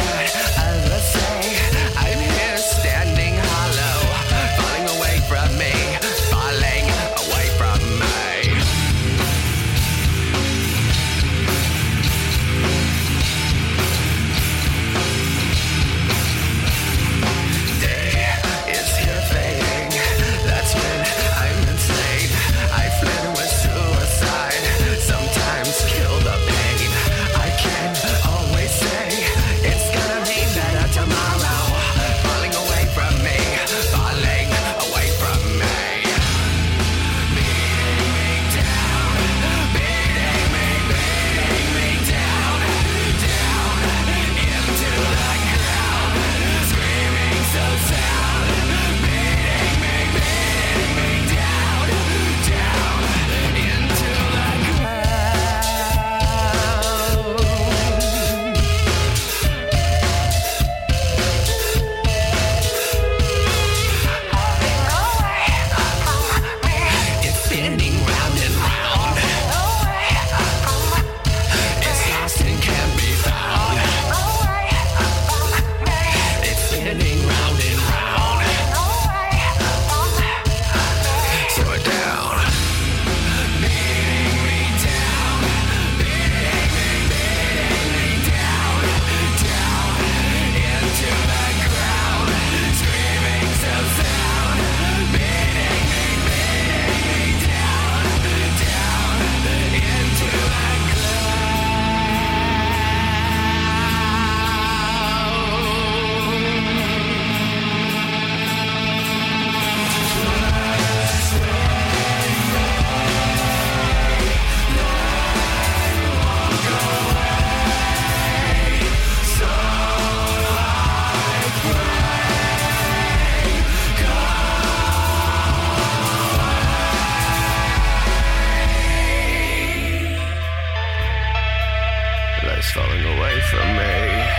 It's falling away from me.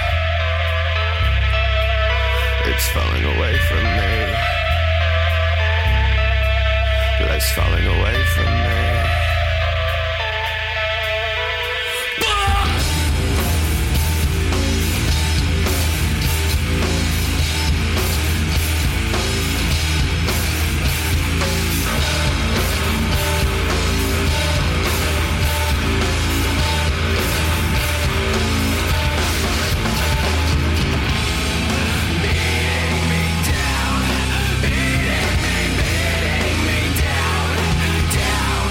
It's falling away from me. Life's falling away from me. Down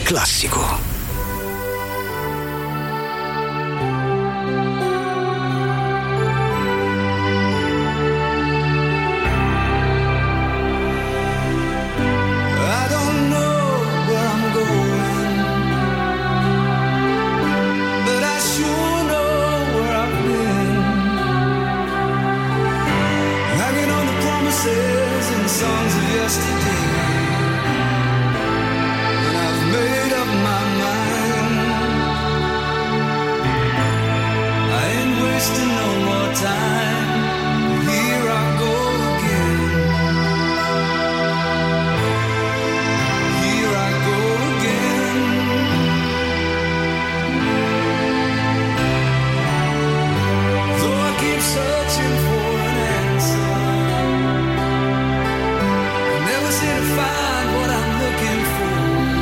classico. Songs of yesterday, and I've made up my mind. I ain't wasting no more time. Here I go again. Here I go again. Though I keep searching for an answer, to find what I'm looking for.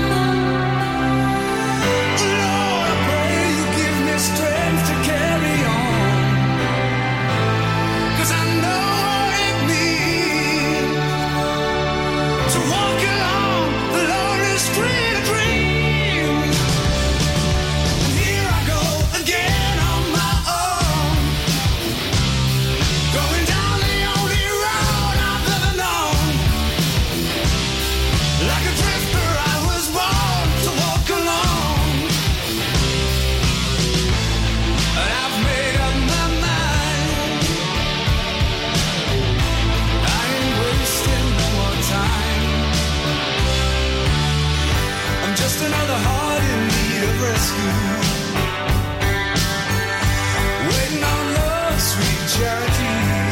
Lord, I pray you give me strength to carry on, 'cause I know what it means to walk along the lonely street of dreams. And here I go again on my own, going down the only road I've ever known. Like a drifter I was born to walk alone, and I've made up my mind. I ain't wasting no more time. I'm just another heart in need of rescue, waiting on love's sweet charity.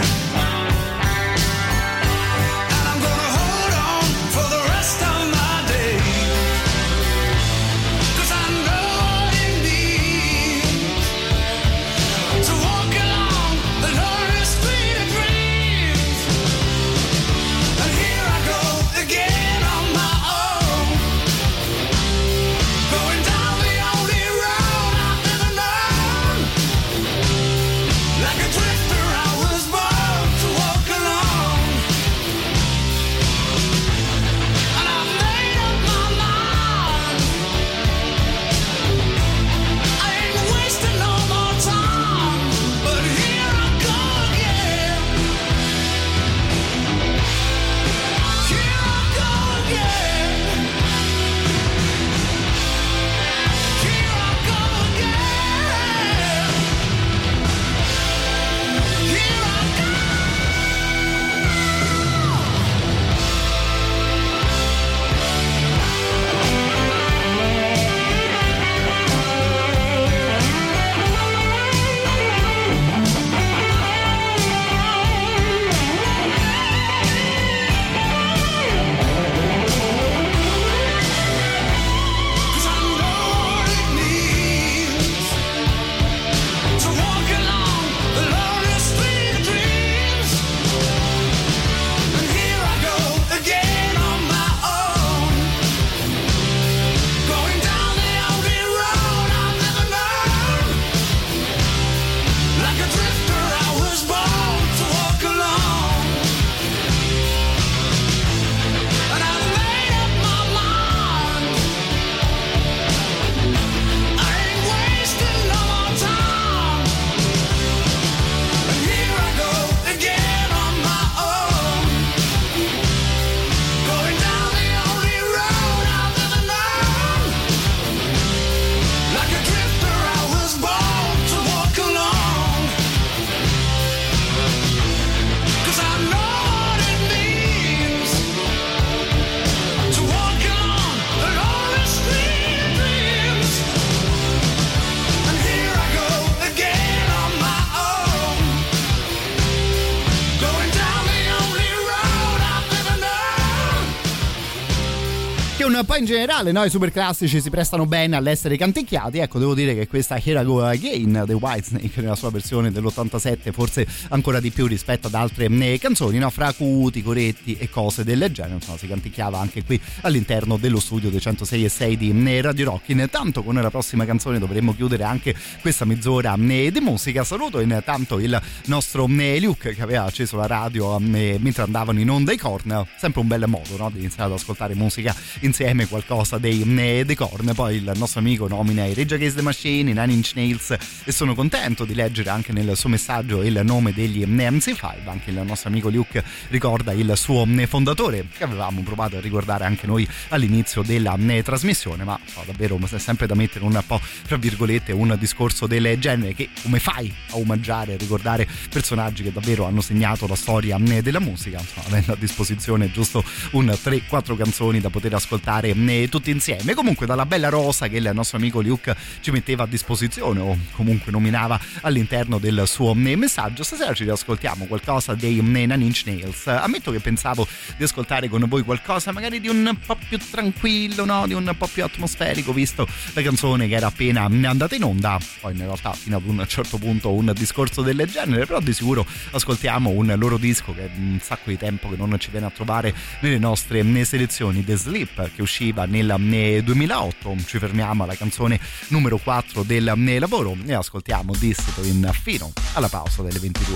un po' in generale, no? I super classici si prestano bene all'essere canticchiati. Ecco, devo dire che questa Here I Go Again dei Whitesnake nella sua versione dell'87 forse ancora di più rispetto ad altre canzoni, no? Fra acuti, coretti e cose del genere, insomma, si canticchiava anche qui all'interno dello studio dei 106.6 di Radio Rock. Intanto con la prossima canzone dovremmo chiudere anche questa mezz'ora di musica. Saluto intanto il nostro Luke che aveva acceso la radio mentre andavano in onda i Korn. Sempre un bel modo, no? Di iniziare ad ascoltare musica insieme insieme qualcosa dei The Korn. Poi il nostro amico nomina i Rage Against the Machine, i Nine Inch Nails, e sono contento di leggere anche nel suo messaggio il nome degli MC5. Anche il nostro amico Luke ricorda il suo fondatore, che avevamo provato a ricordare anche noi all'inizio della trasmissione, ma davvero è sempre da mettere un po' tra virgolette un discorso del genere, che come fai a omaggiare e ricordare personaggi che davvero hanno segnato la storia della musica, insomma, avendo a disposizione giusto un 3-4 canzoni da poter ascoltare tutti insieme. Comunque dalla bella rosa che il nostro amico Luke ci metteva a disposizione, o comunque nominava all'interno del suo messaggio, stasera ci riascoltiamo qualcosa dei Nine Inch Nails. Ammetto che pensavo di ascoltare con voi qualcosa magari di un po' più tranquillo, no? Di un po' più atmosferico, visto la canzone che era appena andata in onda. Poi in realtà fino ad un certo punto un discorso del genere, però di sicuro ascoltiamo un loro disco che è un sacco di tempo che non ci viene a trovare nelle nostre selezioni, The Sleep, che usciva nel 2008. Ci fermiamo alla canzone numero 4 del lavoro e ascoltiamo Discipline fino alla pausa delle 22.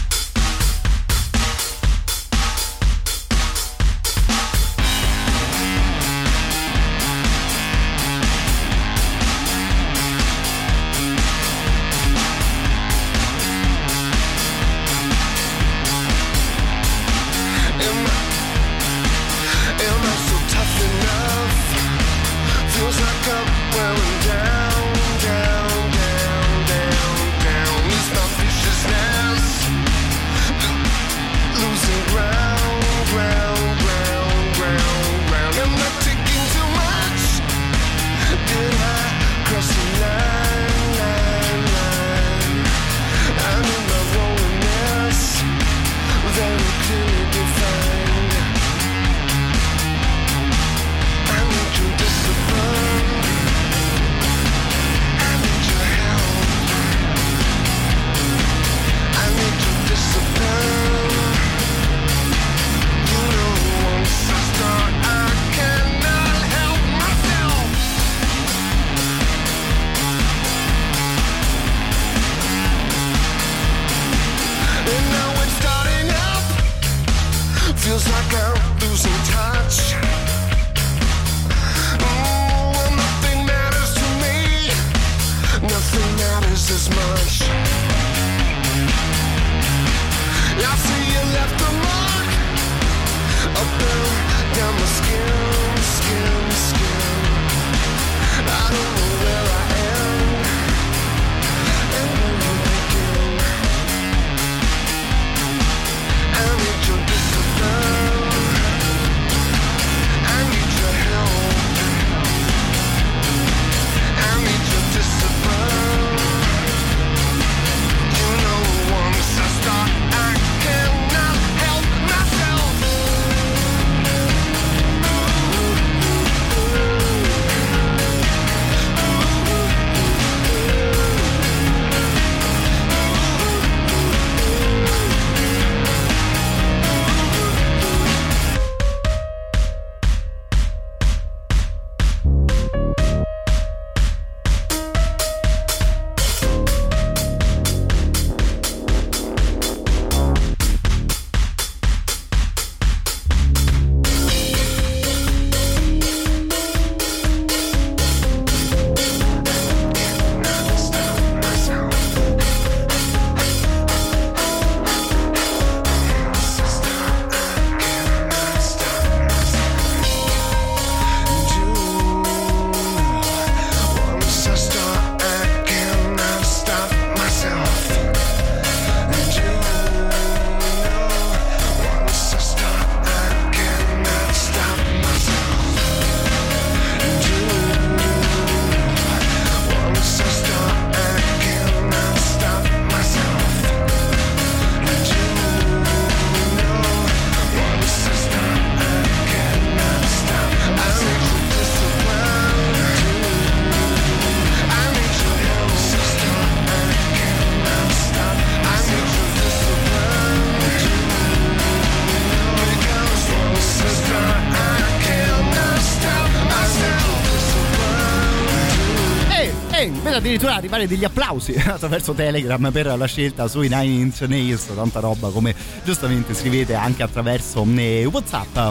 Addirittura arrivare degli applausi attraverso Telegram per la scelta sui Nine Inch Nails, tanta roba come giustamente scrivete anche attraverso WhatsApp.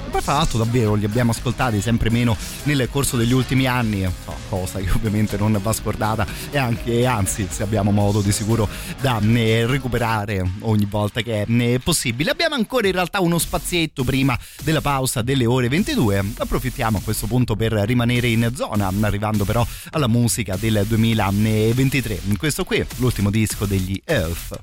poi fra l'altro davvero li abbiamo ascoltati sempre meno nel corso degli ultimi anni, cosa che ovviamente non va scordata, e anzi se abbiamo modo di sicuro da recuperare ogni volta che è possibile. Abbiamo ancora in realtà uno spazietto prima della pausa delle ore 22, approfittiamo a questo punto per rimanere in zona, arrivando però alla musica del 2023. Questo qui è l'ultimo disco degli Elf.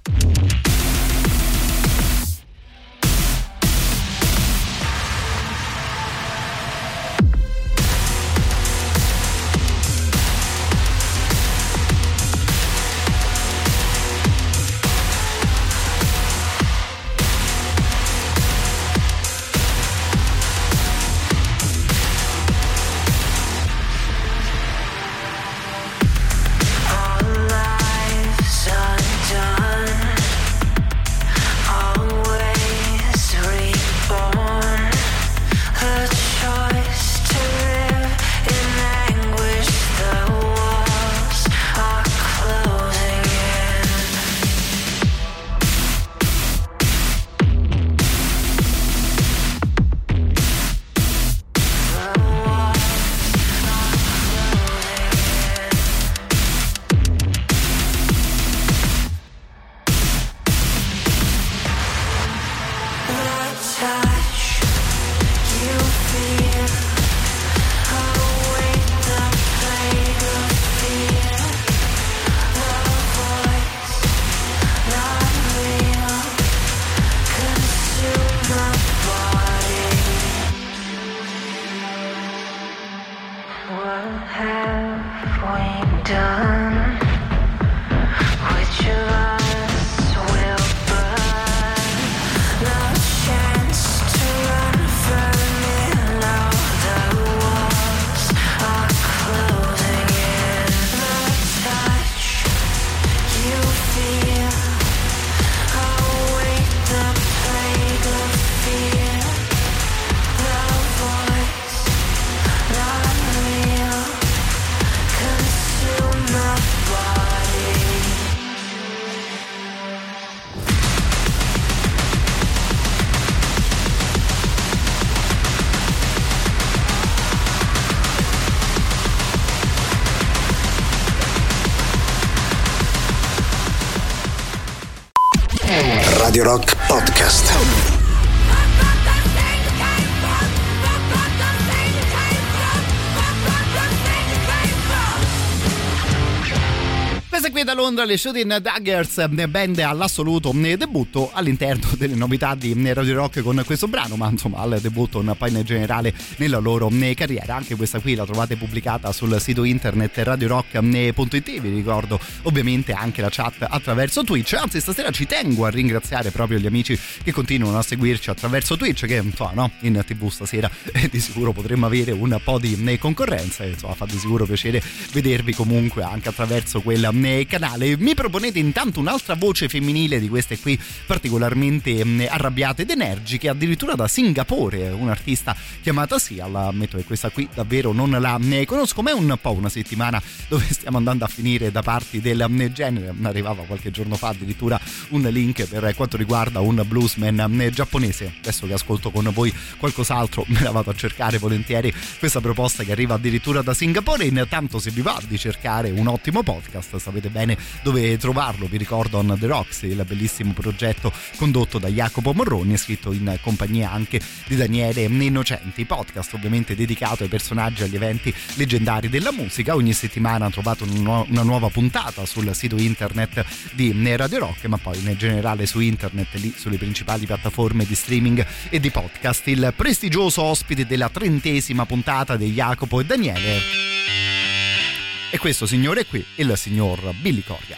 Radio Rock Podcast. Questa qui da Londra, le Shooting Daggers, band all'assoluto debutto all'interno delle novità di Radio Rock con questo brano, ma insomma al debutto un po' in generale nella loro carriera. Anche questa qui la trovate pubblicata sul sito internet radiorock.it. Vi ricordo ovviamente anche la chat attraverso Twitch, anzi stasera ci tengo a ringraziare proprio gli amici che continuano a seguirci attraverso Twitch, che insomma no, in TV stasera di sicuro potremmo avere un po' di concorrenza, insomma fa di sicuro piacere vedervi comunque anche attraverso quel canale. Mi proponete intanto un'altra voce femminile di queste qui particolarmente arrabbiate ed energiche, addirittura da Singapore, un'artista chiamata Sial. Ammetto che questa qui davvero non la conosco, ma è un po' una settimana dove stiamo andando a finire da parti del genere. Arrivava qualche giorno fa addirittura un link per quanto riguarda un bluesman giapponese. Adesso che ascolto con voi qualcos'altro me la vado a cercare volentieri questa proposta che arriva addirittura da Singapore. Intanto se vi va di cercare un ottimo podcast sapete bene dove trovarlo. Vi ricordo On The Rocks, il bellissimo progetto condotto da Jacopo Morroni, scritto in compagnia anche di Daniele Innocenti, podcast ovviamente dedicato ai personaggi e agli eventi leggendari della musica. Ogni settimana trovate una nuova puntata sul sito internet di Radio Rock, ma poi in generale su internet, lì sulle principali piattaforme di streaming e di podcast. Il prestigioso ospite della 30ª puntata di Jacopo e Daniele. E questo signore qui, il signor Billy Corgan.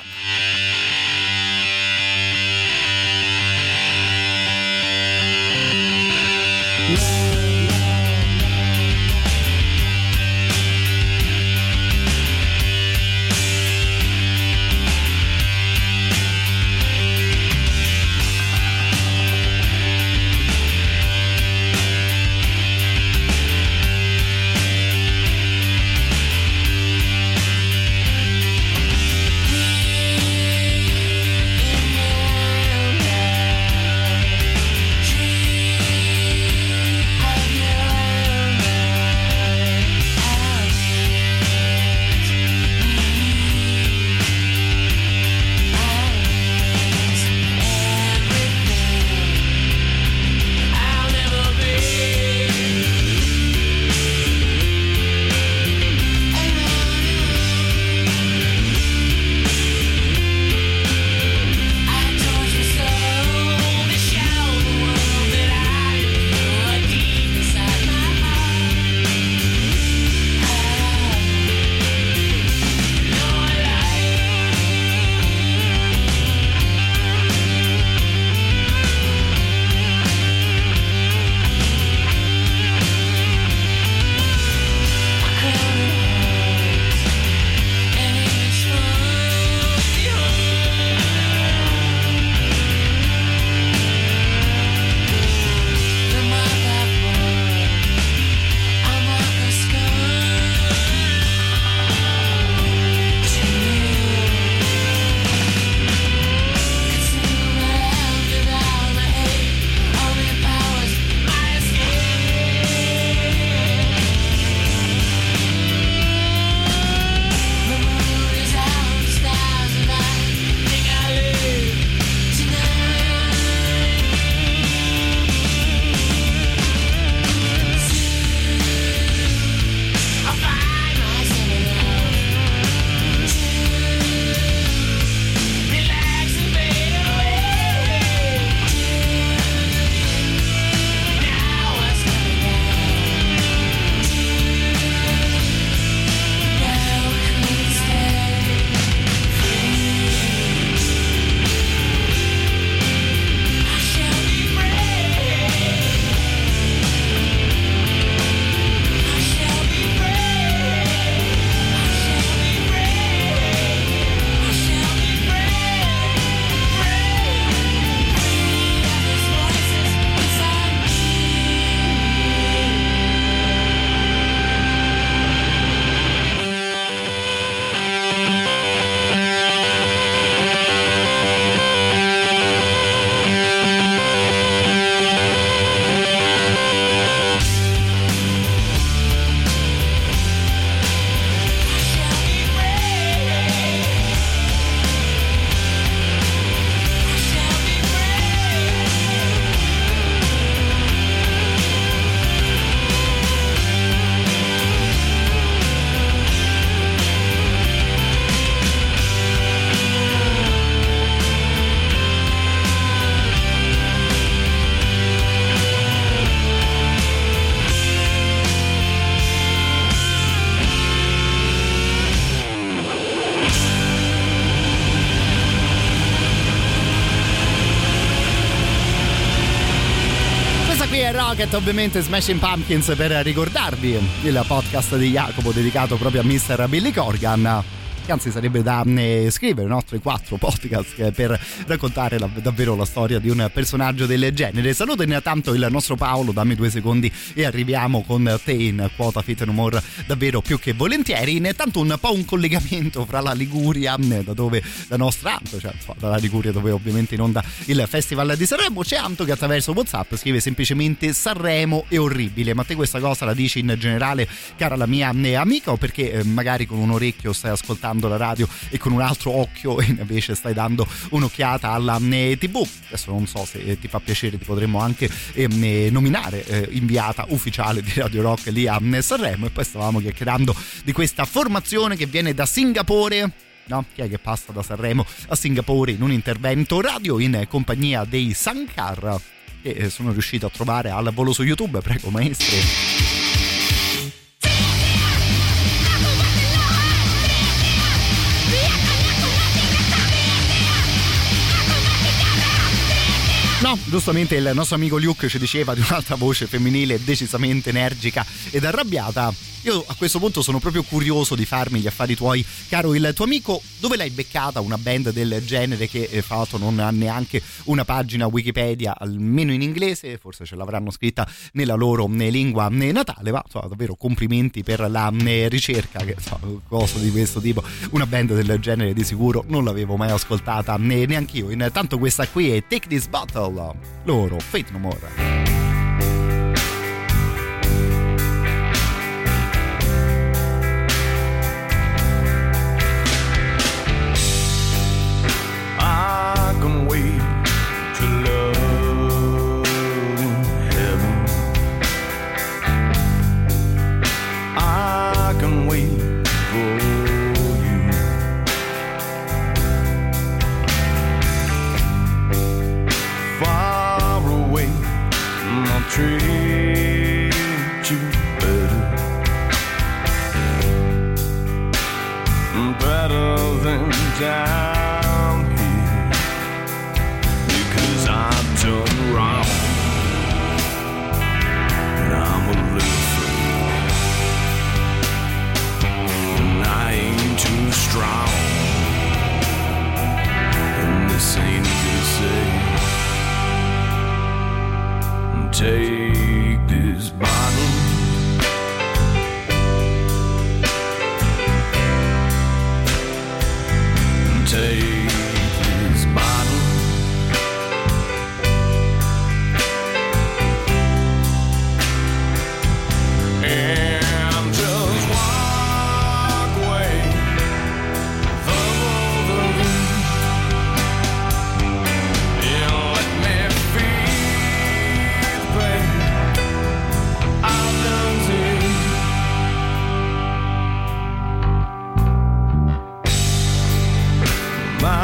e Rocket, ovviamente Smashing Pumpkins, per ricordarvi il podcast di Jacopo dedicato proprio a Mr. Billy Corgan, che anzi sarebbe da scrivere nostri 4 podcast per raccontare davvero la storia di un personaggio del genere. Saluto intanto il nostro Paolo, dammi 2 secondi e arriviamo con te in quota Fit No More davvero più che volentieri. Intanto un po' un collegamento fra la Liguria, da dove la nostra Anto, cioè dalla Liguria dove ovviamente in onda il Festival di Sanremo, c'è Anto che attraverso WhatsApp scrive semplicemente Sanremo è orribile. Ma te questa cosa la dici in generale, cara la mia amica, o perché magari con un orecchio stai ascoltando la radio e con un altro occhio invece stai dando un'occhiata alla TV? Adesso non so se ti fa piacere, ti potremmo anche nominare inviata ufficiale di Radio Rock lì a Sanremo. E poi stavamo chiacchierando di questa formazione che viene da Singapore. No? Chi è che passa da Sanremo a Singapore in un intervento radio in compagnia dei Sankar, che sono riuscito a trovare al volo su YouTube. Prego maestri. No, giustamente il nostro amico Luke ci diceva di un'altra voce femminile decisamente energica ed arrabbiata. Io a questo punto sono proprio curioso di farmi gli affari tuoi, caro il tuo amico. Dove l'hai beccata una band del genere che fra l'altro non ha neanche una pagina Wikipedia, almeno in inglese? Forse ce l'avranno scritta nella loro lingua natale, ma davvero complimenti per la ricerca, che cosa di questo tipo, una band del genere di sicuro non l'avevo mai ascoltata neanch'io. Intanto questa qui è Take This Bottle, loro Faith No More. I can wait to love in heaven. I can wait for you. Far away, I'll treat you better than down here, because I've done wrong and I'm a little afraid, and I ain't too strong, and this ain't easy to say. Take this bottle, take this bottle, and just walk away from all the room, and let me feel the pain I've done to you. My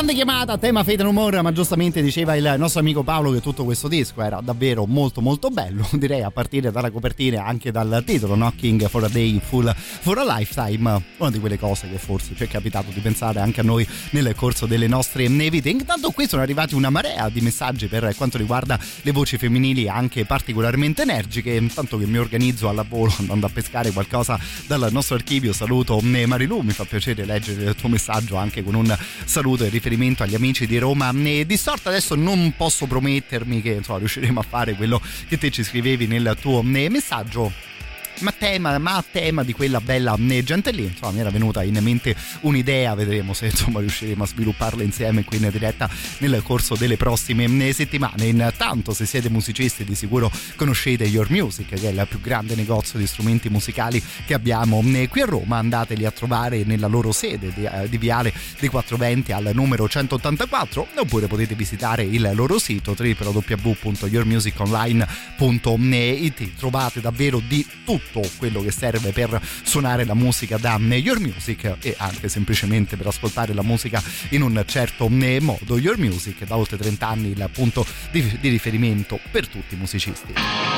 Grande chiamata, tema Fate No More, ma giustamente diceva il nostro amico Paolo che tutto questo disco era davvero molto molto bello, direi a partire dalla copertina e anche dal titolo Knocking for a Day Full for a Lifetime, una di quelle cose che forse ci è capitato di pensare anche a noi nel corso delle nostre vite. Intanto qui sono arrivati una marea di messaggi per quanto riguarda le voci femminili anche particolarmente energiche, intanto che mi organizzo alla volo andando a pescare qualcosa dal nostro archivio. Saluto Marilu, mi fa piacere leggere il tuo messaggio anche con un saluto in riferimento agli amici di Roma Distorta. Adesso non posso promettermi che riusciremo a fare quello che te ci scrivevi nel tuo messaggio, ma a tema di quella bella gente lì, mi era venuta in mente un'idea, vedremo se riusciremo a svilupparla insieme qui in diretta nel corso delle prossime settimane. Intanto, se siete musicisti, di sicuro conoscete Your Music, che è il più grande negozio di strumenti musicali che abbiamo qui a Roma. Andateli a trovare nella loro sede di Viale dei 420 al numero 184, oppure potete visitare il loro sito www.yourmusiconline.it. Trovate davvero di tutto quello che serve per suonare la musica da Your Music e anche semplicemente per ascoltare la musica in un certo modo. Your Music, da oltre 30 anni il punto di riferimento per tutti i musicisti.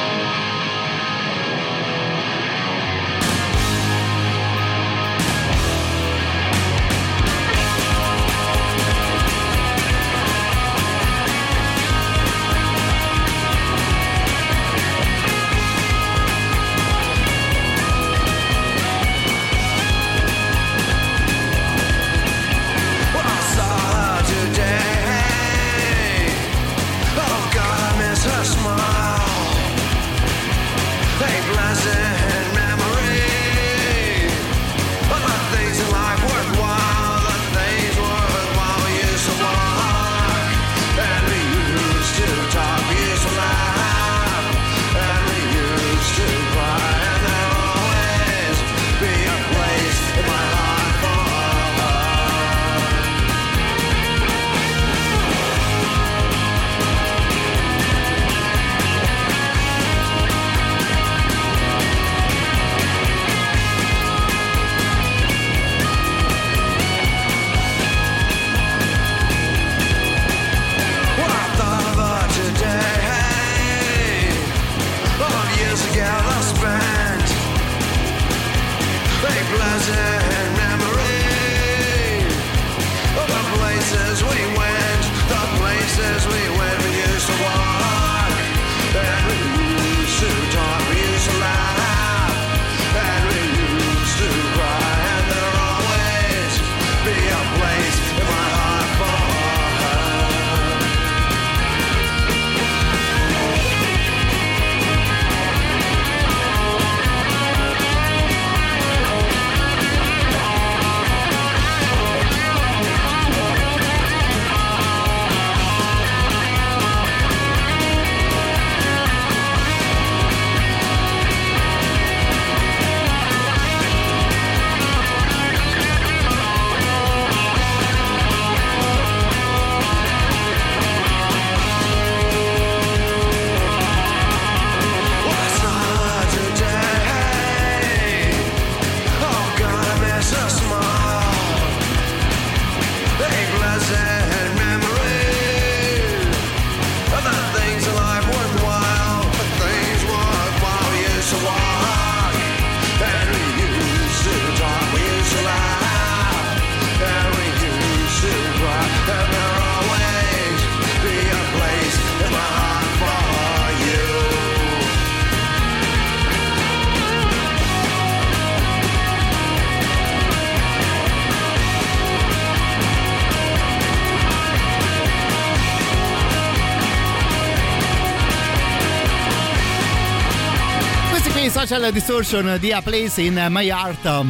Social Distortion di A Place in My Heart.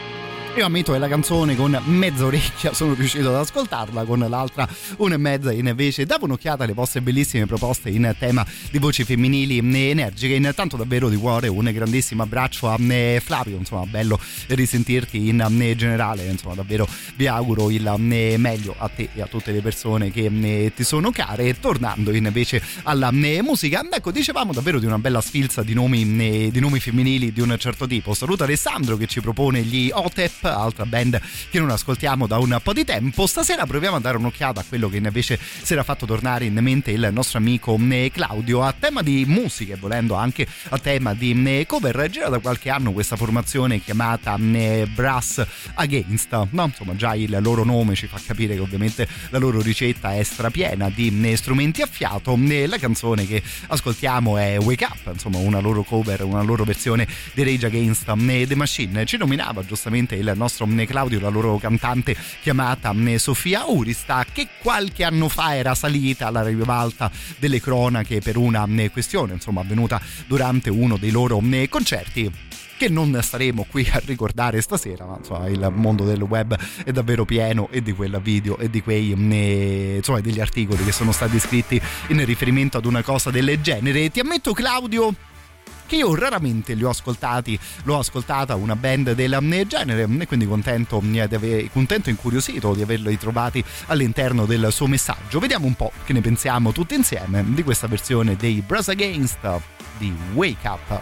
Io ammetto che la canzone con mezza orecchia sono riuscito ad ascoltarla, con l'altra una e mezza invece davo un'occhiata alle vostre bellissime proposte in tema di voci femminili energiche. Intanto davvero di cuore un grandissimo abbraccio a Flavio, bello risentirti in generale, davvero vi auguro il meglio a te e a tutte le persone che ti sono care. E tornando invece alla musica, ecco, dicevamo davvero di una bella sfilza di nomi femminili di un certo tipo. Saluto Alessandro che ci propone gli Otep altra band che non ascoltiamo da un po' di tempo. Stasera proviamo a dare un'occhiata a quello che invece si era fatto tornare in mente il nostro amico Claudio, a tema di musiche, volendo anche a tema di cover. Gira da qualche anno questa formazione chiamata Brass Against, no? Insomma, già il loro nome ci fa capire che ovviamente la loro ricetta è strapiena di strumenti a fiato. La canzone che ascoltiamo è Wake Up, insomma una loro cover, una loro versione di Rage Against the Machine. Ci nominava giustamente il nostro Claudio la loro cantante chiamata Sofia Urista, che qualche anno fa era salita alla ribalta delle cronache per una questione insomma avvenuta durante uno dei loro concerti, che non staremo qui a ricordare stasera, ma insomma il mondo del web è davvero pieno e di quel video e di quei insomma degli articoli che sono stati scritti in riferimento ad una cosa del genere. Ti ammetto, Claudio, che io raramente li ho ascoltati, l'ho ascoltata una band del genere, e quindi contento e incuriosito di averli trovati all'interno del suo messaggio. Vediamo un po' che ne pensiamo tutti insieme di questa versione dei Brass Against di Wake Up.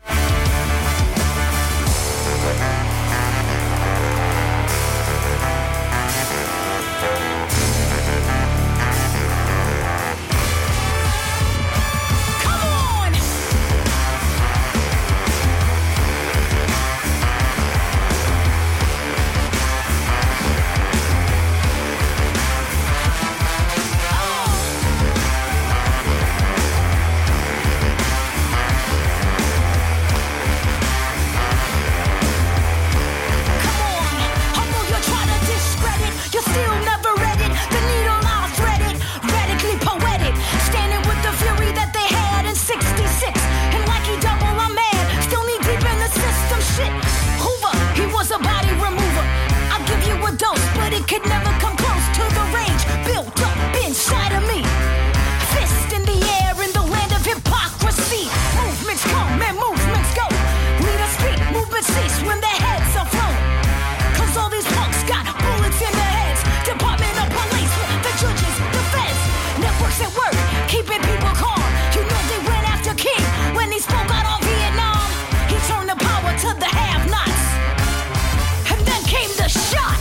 Could never come close to the rage built up inside of me. Fist in the air in the land of hypocrisy. Movements come and movements go. Leaders speak, movements cease when their heads are flown. Cause all these punks got bullets in their heads. Department of Police, the judges, the feds. Networks at work, keeping people calm. You know they went after King when he spoke out on Vietnam. He turned the power to the have-nots. And then came the shot.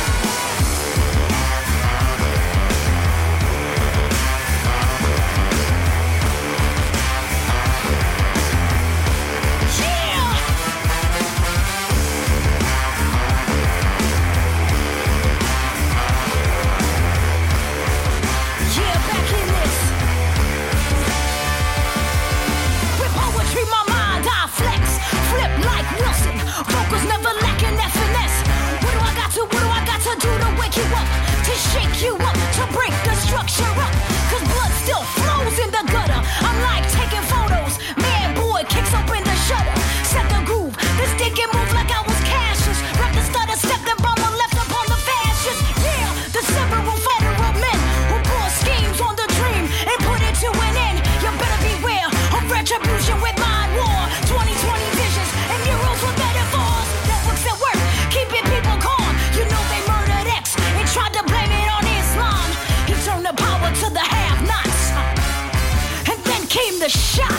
Vocals never lacking that finesse. What do I got to do to wake you up? To shake you up, to break the structure up. Cause blood still flows in the gutter. I'm like taking photos. Man, boy, kicks open the shutter. Set the groove, this dick can move like I was Cassius. Rap the stutter, step the bomber left upon the fascists. Yeah, the several federal men who brought schemes on the dream and put it to an end. You better beware of retribution with mind war. 2020 visions and murals with metaphors. Networks at work, keeping people calm. You know they murdered X and tried to blame it on Islam. He turned the power to the have-nots. And then came the shot.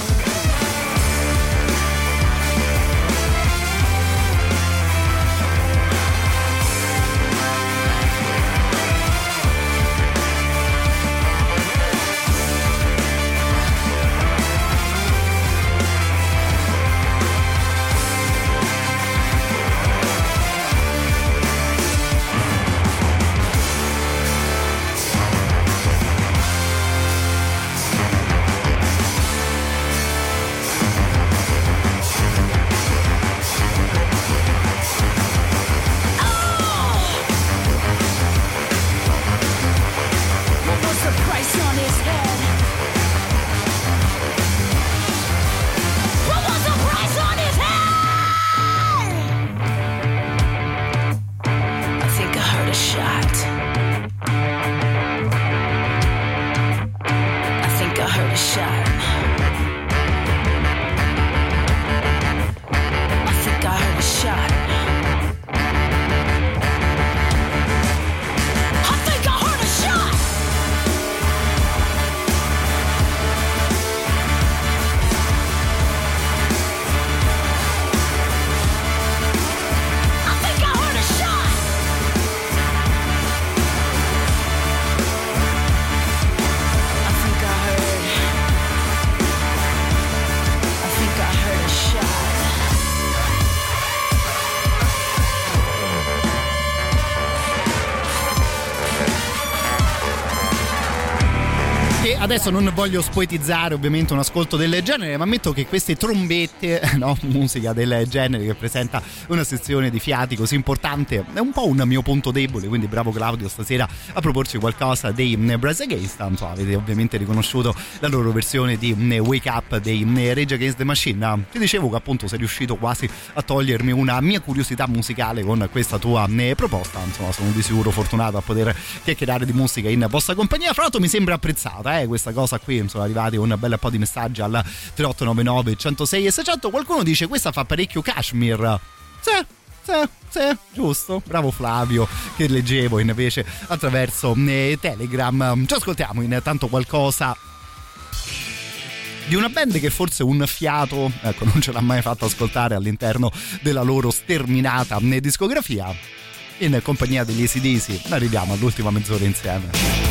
I think I heard a shot. Adesso non voglio spoetizzare ovviamente un ascolto del genere, ma ammetto che queste trombette, no, musica del genere che presenta una sezione di fiati così importante, è un po' un mio punto debole, quindi bravo Claudio stasera a proporci qualcosa dei Brass Against. Insomma, avete ovviamente riconosciuto la loro versione di Wake Up dei Rage Against the Machine. Ti dicevo che appunto sei riuscito quasi a togliermi una mia curiosità musicale con questa tua proposta. Insomma, sono di sicuro fortunato a poter chiacchierare di musica in vostra compagnia. Fra l'altro mi sembra apprezzata questa cosa qui, sono arrivati un bel po' di messaggi al 3899 106 e 600. Qualcuno dice questa fa parecchio Kashmir. Sì, giusto, bravo Flavio, che leggevo invece attraverso Telegram. Ci ascoltiamo intanto qualcosa di una band che forse un fiato, ecco, non ce l'ha mai fatto ascoltare all'interno della loro sterminata discografia. In compagnia degli AC/DC arriviamo all'ultima mezz'ora insieme.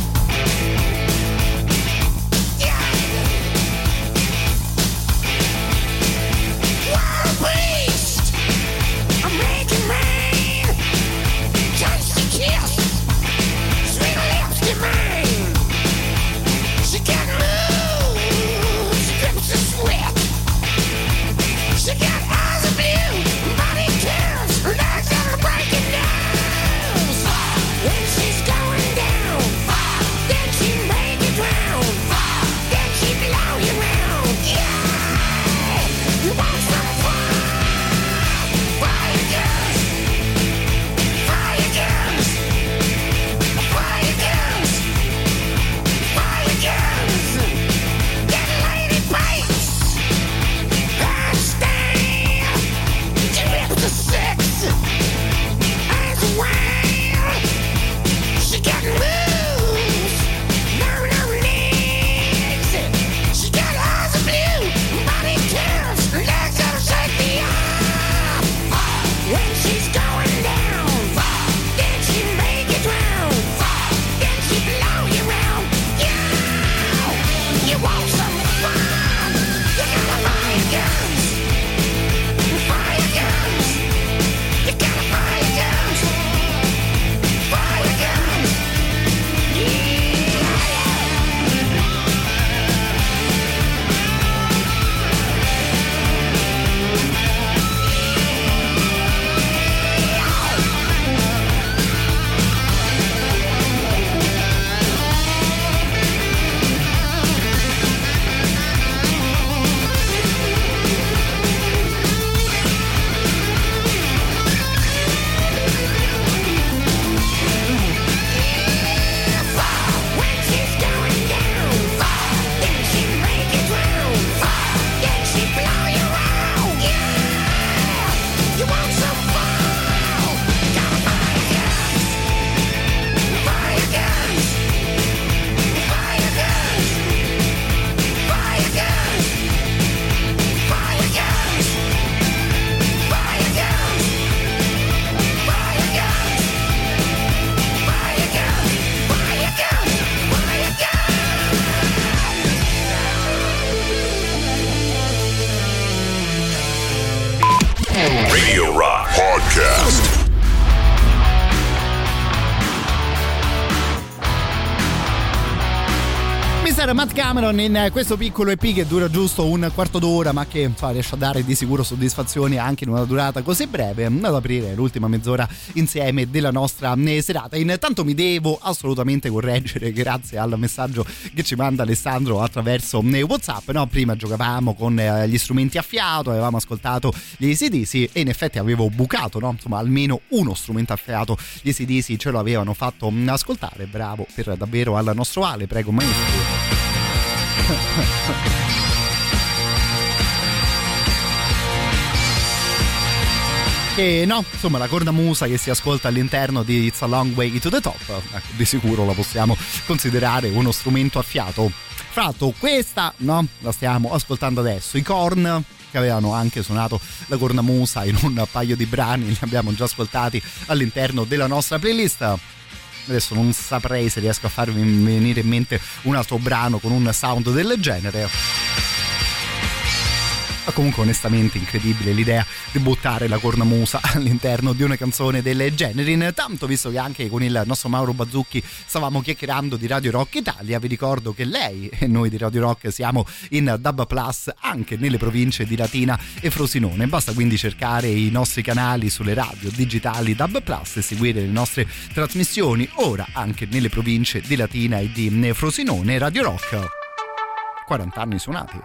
Radio Rock Podcast. Mr. Matt Cameron in questo piccolo EP che dura giusto un quarto d'ora, ma che riesce a dare di sicuro soddisfazioni anche in una durata così breve, ad aprire l'ultima mezz'ora insieme della nostra serata. Intanto mi devo assolutamente correggere grazie al messaggio che ci manda Alessandro attraverso WhatsApp, no? Prima giocavamo con gli strumenti a fiato, avevamo ascoltato gli AC/DC e in effetti avevo bucato, no? Insomma, almeno uno strumento a fiato gli AC/DC ce lo avevano fatto ascoltare. Bravo per davvero al nostro Ale, prego maestro. E no, insomma, la cornamusa che si ascolta all'interno di It's a Long Way to the Top, ecco, di sicuro la possiamo considerare uno strumento a fiato. Fra l'altro questa, no, la stiamo ascoltando adesso, i Korn, che avevano anche suonato la cornamusa in un paio di brani, li abbiamo già ascoltati all'interno della nostra playlist. Adesso non saprei se riesco a farvi venire in mente un altro brano con un sound del genere. Ma comunque onestamente incredibile l'idea di buttare la cornamusa all'interno di una canzone del genere. Intanto, visto che anche con il nostro Mauro Bazzucchi stavamo chiacchierando di Radio Rock Italia, vi ricordo che lei e noi di Radio Rock siamo in DAB Plus anche nelle province di Latina e Frosinone. Basta quindi cercare i nostri canali sulle radio digitali DAB Plus e seguire le nostre trasmissioni ora anche nelle province di Latina e di Frosinone. Radio Rock, 40 anni suonati.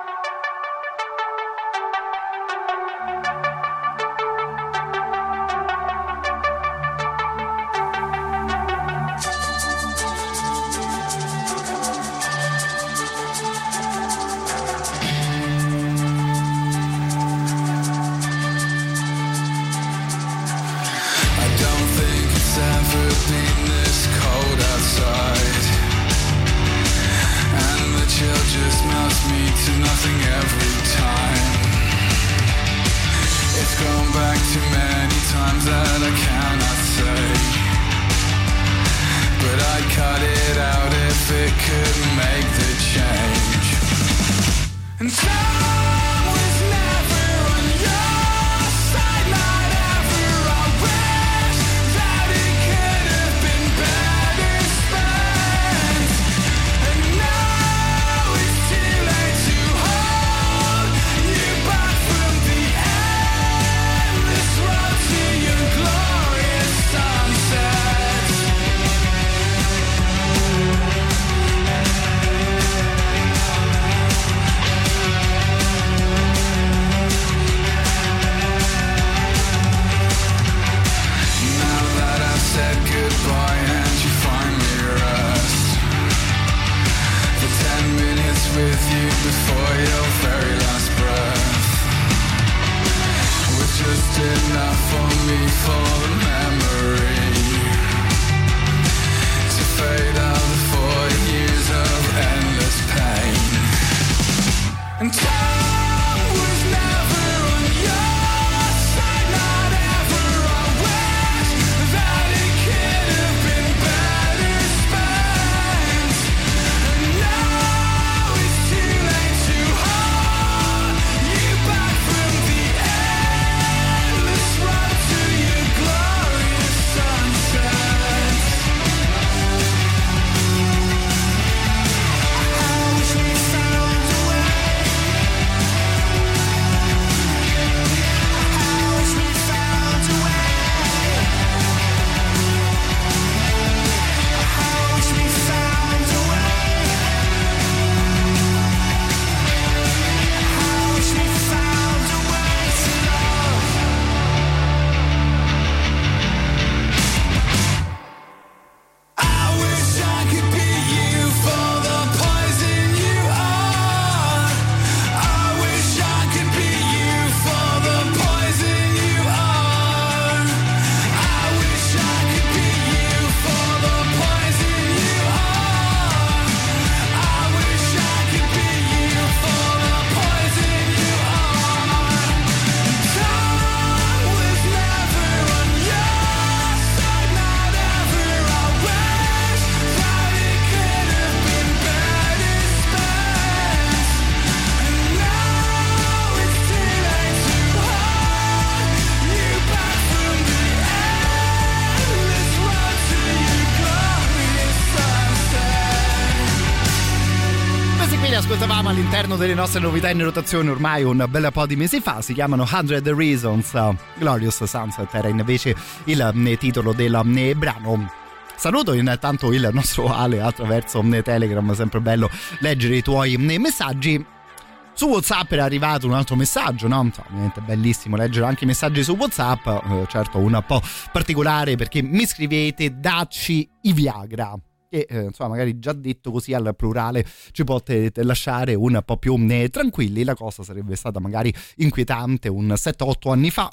Ascoltavamo all'interno delle nostre novità in rotazione ormai un bel po' di mesi fa, si chiamano 100 Reasons. Glorious Sunset era invece il titolo del brano. Saluto intanto il nostro Ale attraverso Telegram, sempre bello leggere i tuoi messaggi. Su WhatsApp era arrivato un altro messaggio, no? Ovviamente bellissimo leggere anche i messaggi su WhatsApp, certo un po' particolare perché mi scrivete dacci i Viagra. E insomma magari già detto così al plurale ci potete lasciare un po' più tranquilli. La cosa sarebbe stata magari inquietante un 7-8 anni fa.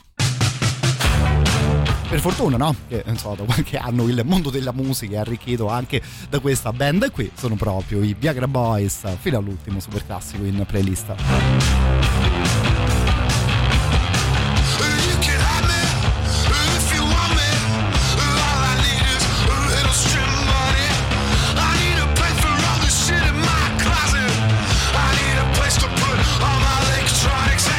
Per fortuna, no? Che insomma da qualche anno il mondo della musica è arricchito anche da questa band qui. Sono proprio i Viagra Boys, fino all'ultimo super classico in playlist. Electronics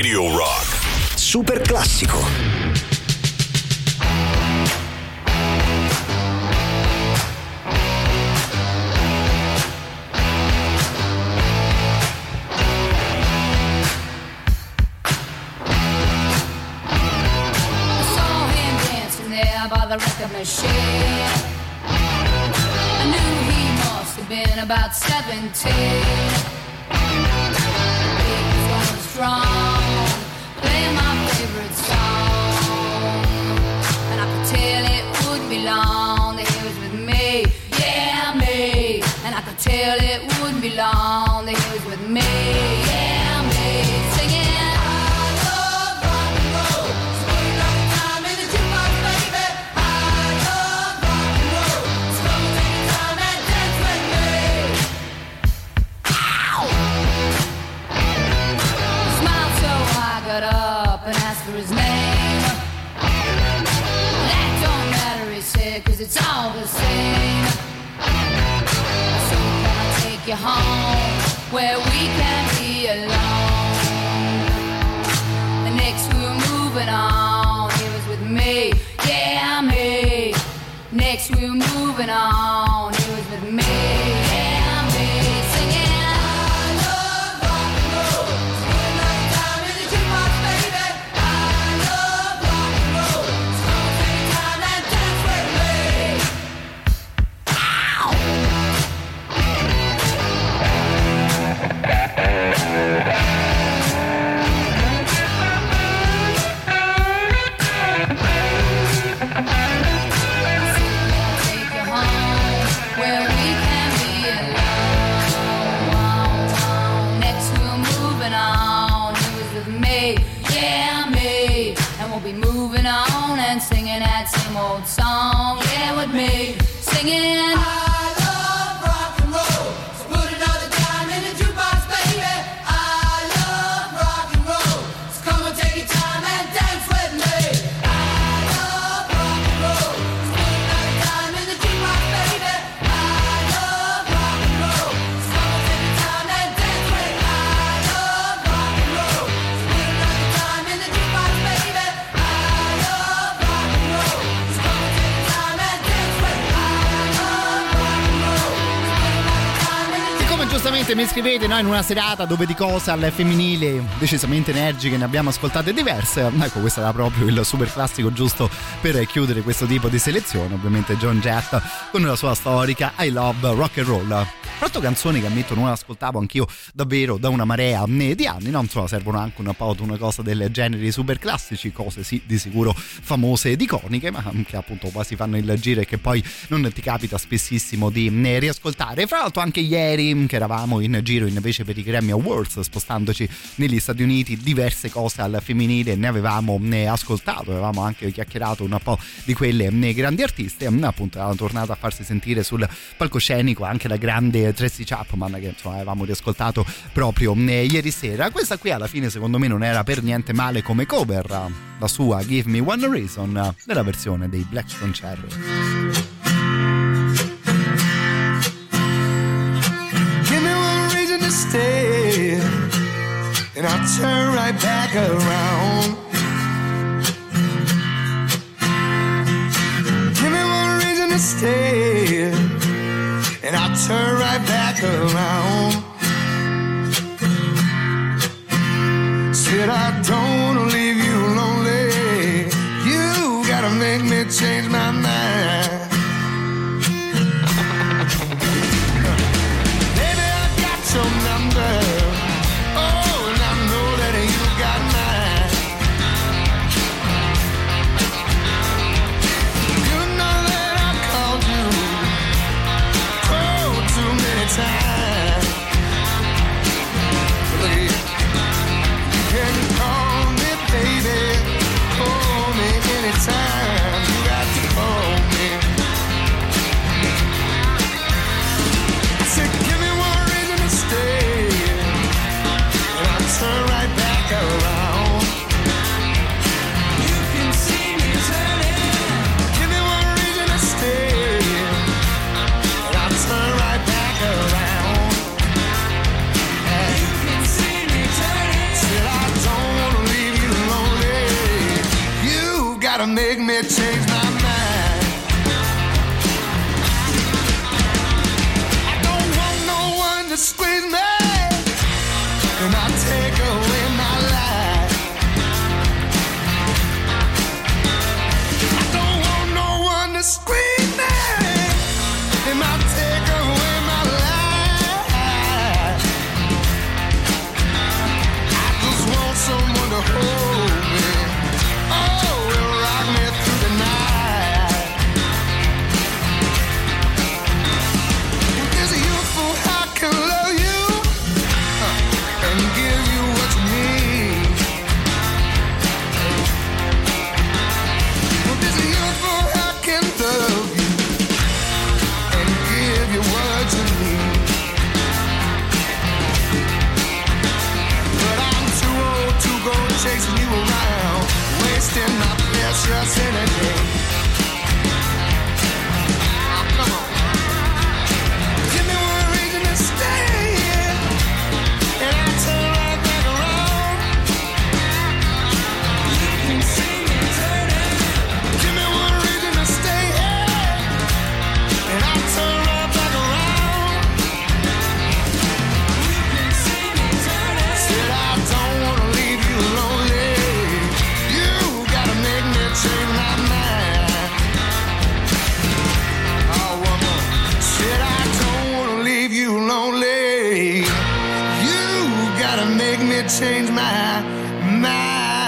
Radio Rock. Super classico. By the record machine, I knew he must have been about 17. He was going strong, playing my favorite song, and I could tell it wouldn't be long that he was with me, yeah me. And I could tell it wouldn't be long that he was with me, yeah me, singing. Up and asked for his name. That don't matter, he said, 'cause it's all the same. So can I take you home where we can be alone? The next we were moving on, he was with me, yeah me. Next we were moving on, he was with me, yeah me, singing. Singing that same old song, yeah, with me, singing. I love rock and roll, so put another dime in the jukebox, baby. I love rock and roll, so come and take your time and dance with me. I love rock and roll, so put another dime in the jukebox, baby. I love rock and roll, so come and take your time and dance with me. I love rock and roll, so put another dime in the jukebox, baby. Giustamente mi scrivete, no, in una serata dove di cose al femminile decisamente energiche ne abbiamo ascoltate diverse. Ecco, questo era proprio il super classico giusto per chiudere questo tipo di selezione. Ovviamente Joan Jett con la sua storica I Love Rock and Roll. Tra canzoni che ammetto non ascoltavo anch'io davvero da una marea di anni, no? Insomma, servono anche un po' una cosa del genere, super classici, cose sì di sicuro famose ed iconiche, ma che appunto quasi fanno il giro e che poi non ti capita spessissimo di riascoltare. Fra l'altro anche ieri che eravamo in giro invece per i Grammy Awards, spostandoci negli Stati Uniti, diverse cose al femminile ne avevamo ascoltato, avevamo anche chiacchierato un po' di quelle grandi artiste. Appunto erano tornata a farsi sentire sul palcoscenico anche la grande Tracy Chapman, che insomma avevamo riascoltato proprio ieri sera. Questa qui alla fine secondo me non era per niente male come cover, la sua Give Me One Reason nella versione dei Blackstone Cherry. Give me one reason to stay, and I'll turn right back around. Give me one reason to stay, and I'll turn right back around. Said I don't wanna leave you lonely, you gotta make me change my mind. Baby, I got your number, oh, and I know that you got mine. You know that I called you, oh, too many times. Please, you can call me, baby, call me anytime. You got to call me. gotta make me change my mind. I don't want no one to squeeze me and I'll take away my life. I don't want no one to squeeze me and I'll take away my life. I just want someone to hold me, oh, and rock me through the night. There's a youthful I can love you and give you what you need. There's a youthful I can love you and give you what you need. But I'm too old to go chasing you around, wasting my precious energy. Oh, come on. Give me one reason to stay, and I'll turn right back around. You can see me turning. Give me one reason to stay, and I'll turn right back around. You can see me turning. Said I don't wanna leave you lonely. You gotta make me change my mind. Oh, one more. Said I don't wanna leave you lonely. You gotta make me change my mind.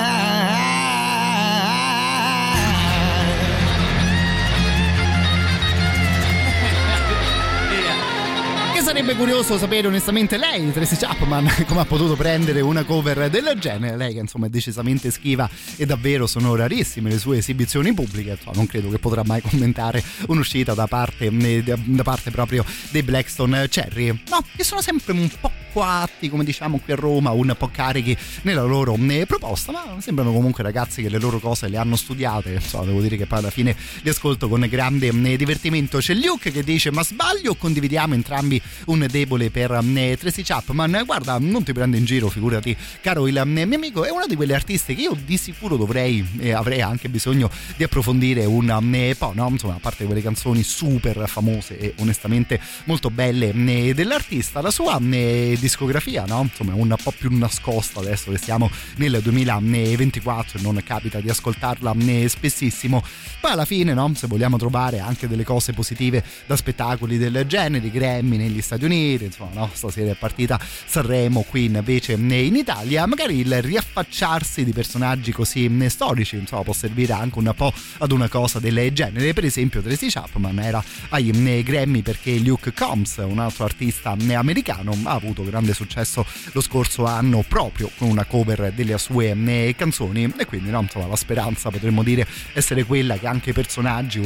Che sarebbe curioso sapere onestamente lei, Tracy Chapman, come ha potuto prendere una cover del genere. Lei che insomma è decisamente schiva e davvero sono rarissime le sue esibizioni pubbliche, non credo che potrà mai commentare un'uscita da parte proprio dei Blackstone Cherry, no, che sono sempre un po' coatti, come diciamo qui a Roma, un po' carichi nella loro proposta, ma sembrano comunque ragazzi che le loro cose le hanno studiate. Insomma, devo dire che poi alla fine li ascolto con grande divertimento. C'è Luke che dice: ma sbaglio o condividiamo entrambi un debole per Tracy Chapman? Guarda, non ti prendo in giro, figurati caro il mio amico, è una di quelle artiste che io di sicuro dovrei e avrei anche bisogno di approfondire un po', no? Insomma, a parte quelle canzoni super famose e onestamente molto belle dell'artista, la sua discografia, no? Insomma, un po' più nascosta adesso che siamo nel 2024 e non capita di ascoltarla spessissimo. Poi alla fine, no? Se vogliamo trovare anche delle cose positive da spettacoli del genere, Grammy negli Stati Uniti, insomma, no? Stasera è partita Sanremo, qui invece in Italia, magari il riaffacciarsi di personaggi così storici, insomma, può servire anche un po' ad una cosa del genere. Per esempio Tracy Chapman era ai Grammy perché Luke Combs, un altro artista americano, ha avuto grande successo lo scorso anno proprio con una cover delle sue canzoni, e quindi, no, insomma, la speranza potremmo dire essere quella che anche persone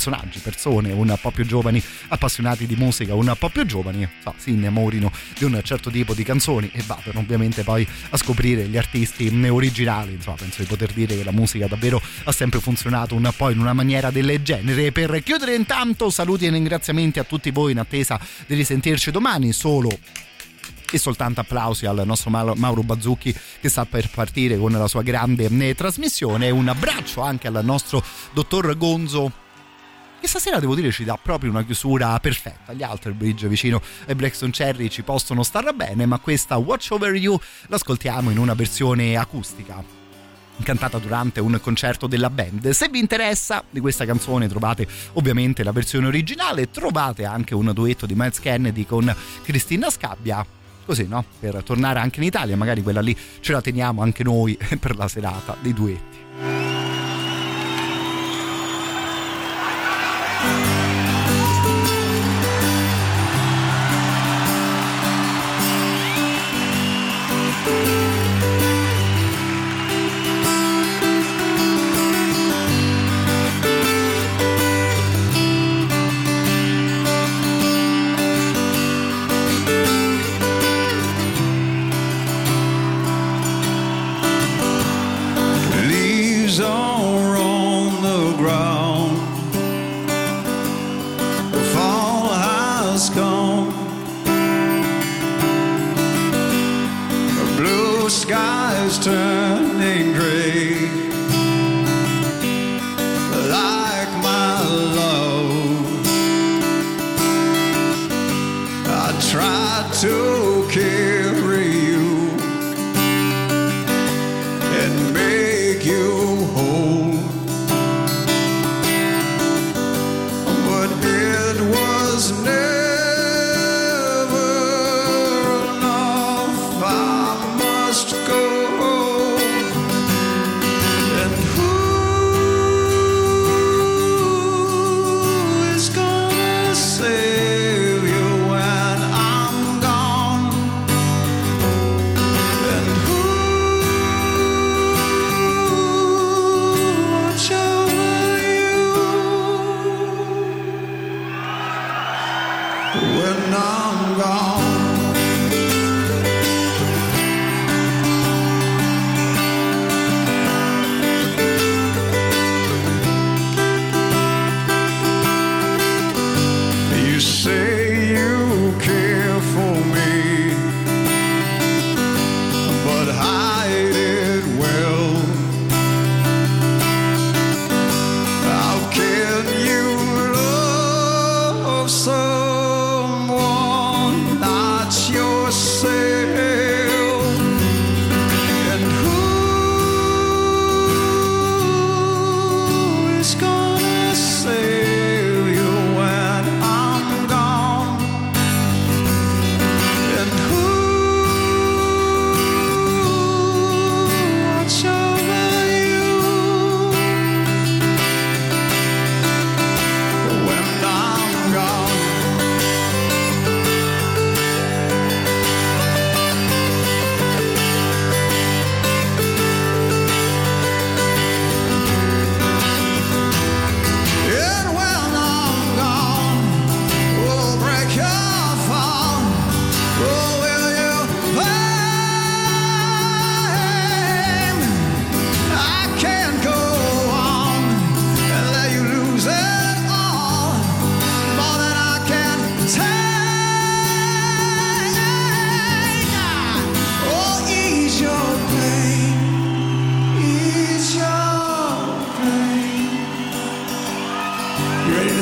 un po' più giovani, appassionati di musica un po' più giovani, si innamorino di un certo tipo di canzoni e vadano ovviamente poi a scoprire gli artisti originali. Insomma, penso di poter dire che la musica davvero ha sempre funzionato un po' in una maniera del genere. Per chiudere intanto saluti e ringraziamenti a tutti voi in attesa di risentirci domani, solo e soltanto applausi al nostro Mauro Bazzucchi che sta per partire con la sua grande trasmissione. Un abbraccio anche al nostro dottor Gonzo, che stasera devo dire ci dà proprio una chiusura perfetta. Gli Alter Bridge vicino ai Blackstone Cherry ci possono stare bene, ma questa Watch Over You l'ascoltiamo in una versione acustica cantata durante un concerto della band. Se vi interessa di questa canzone trovate ovviamente la versione originale, trovate anche un duetto di Miles Kennedy con Cristina Scabbia, così, no? Per tornare anche in Italia, magari quella lì ce la teniamo anche noi per la serata dei duetti. Leave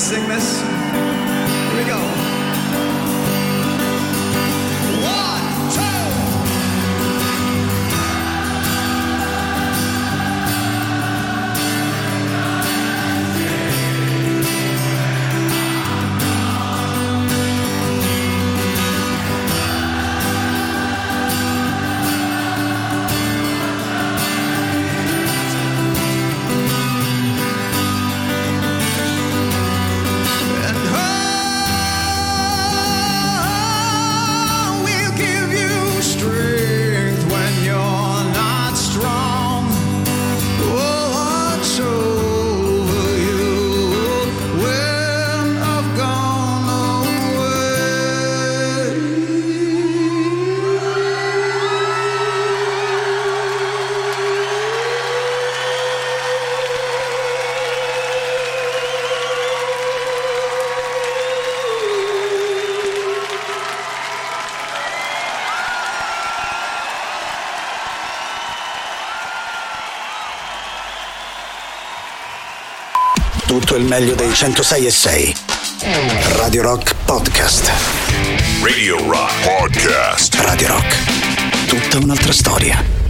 sing this? Here we go. 1, 2. Tutto il meglio dei 106.6. Radio Rock Podcast. Radio Rock Podcast. Radio Rock. Tutta un'altra storia.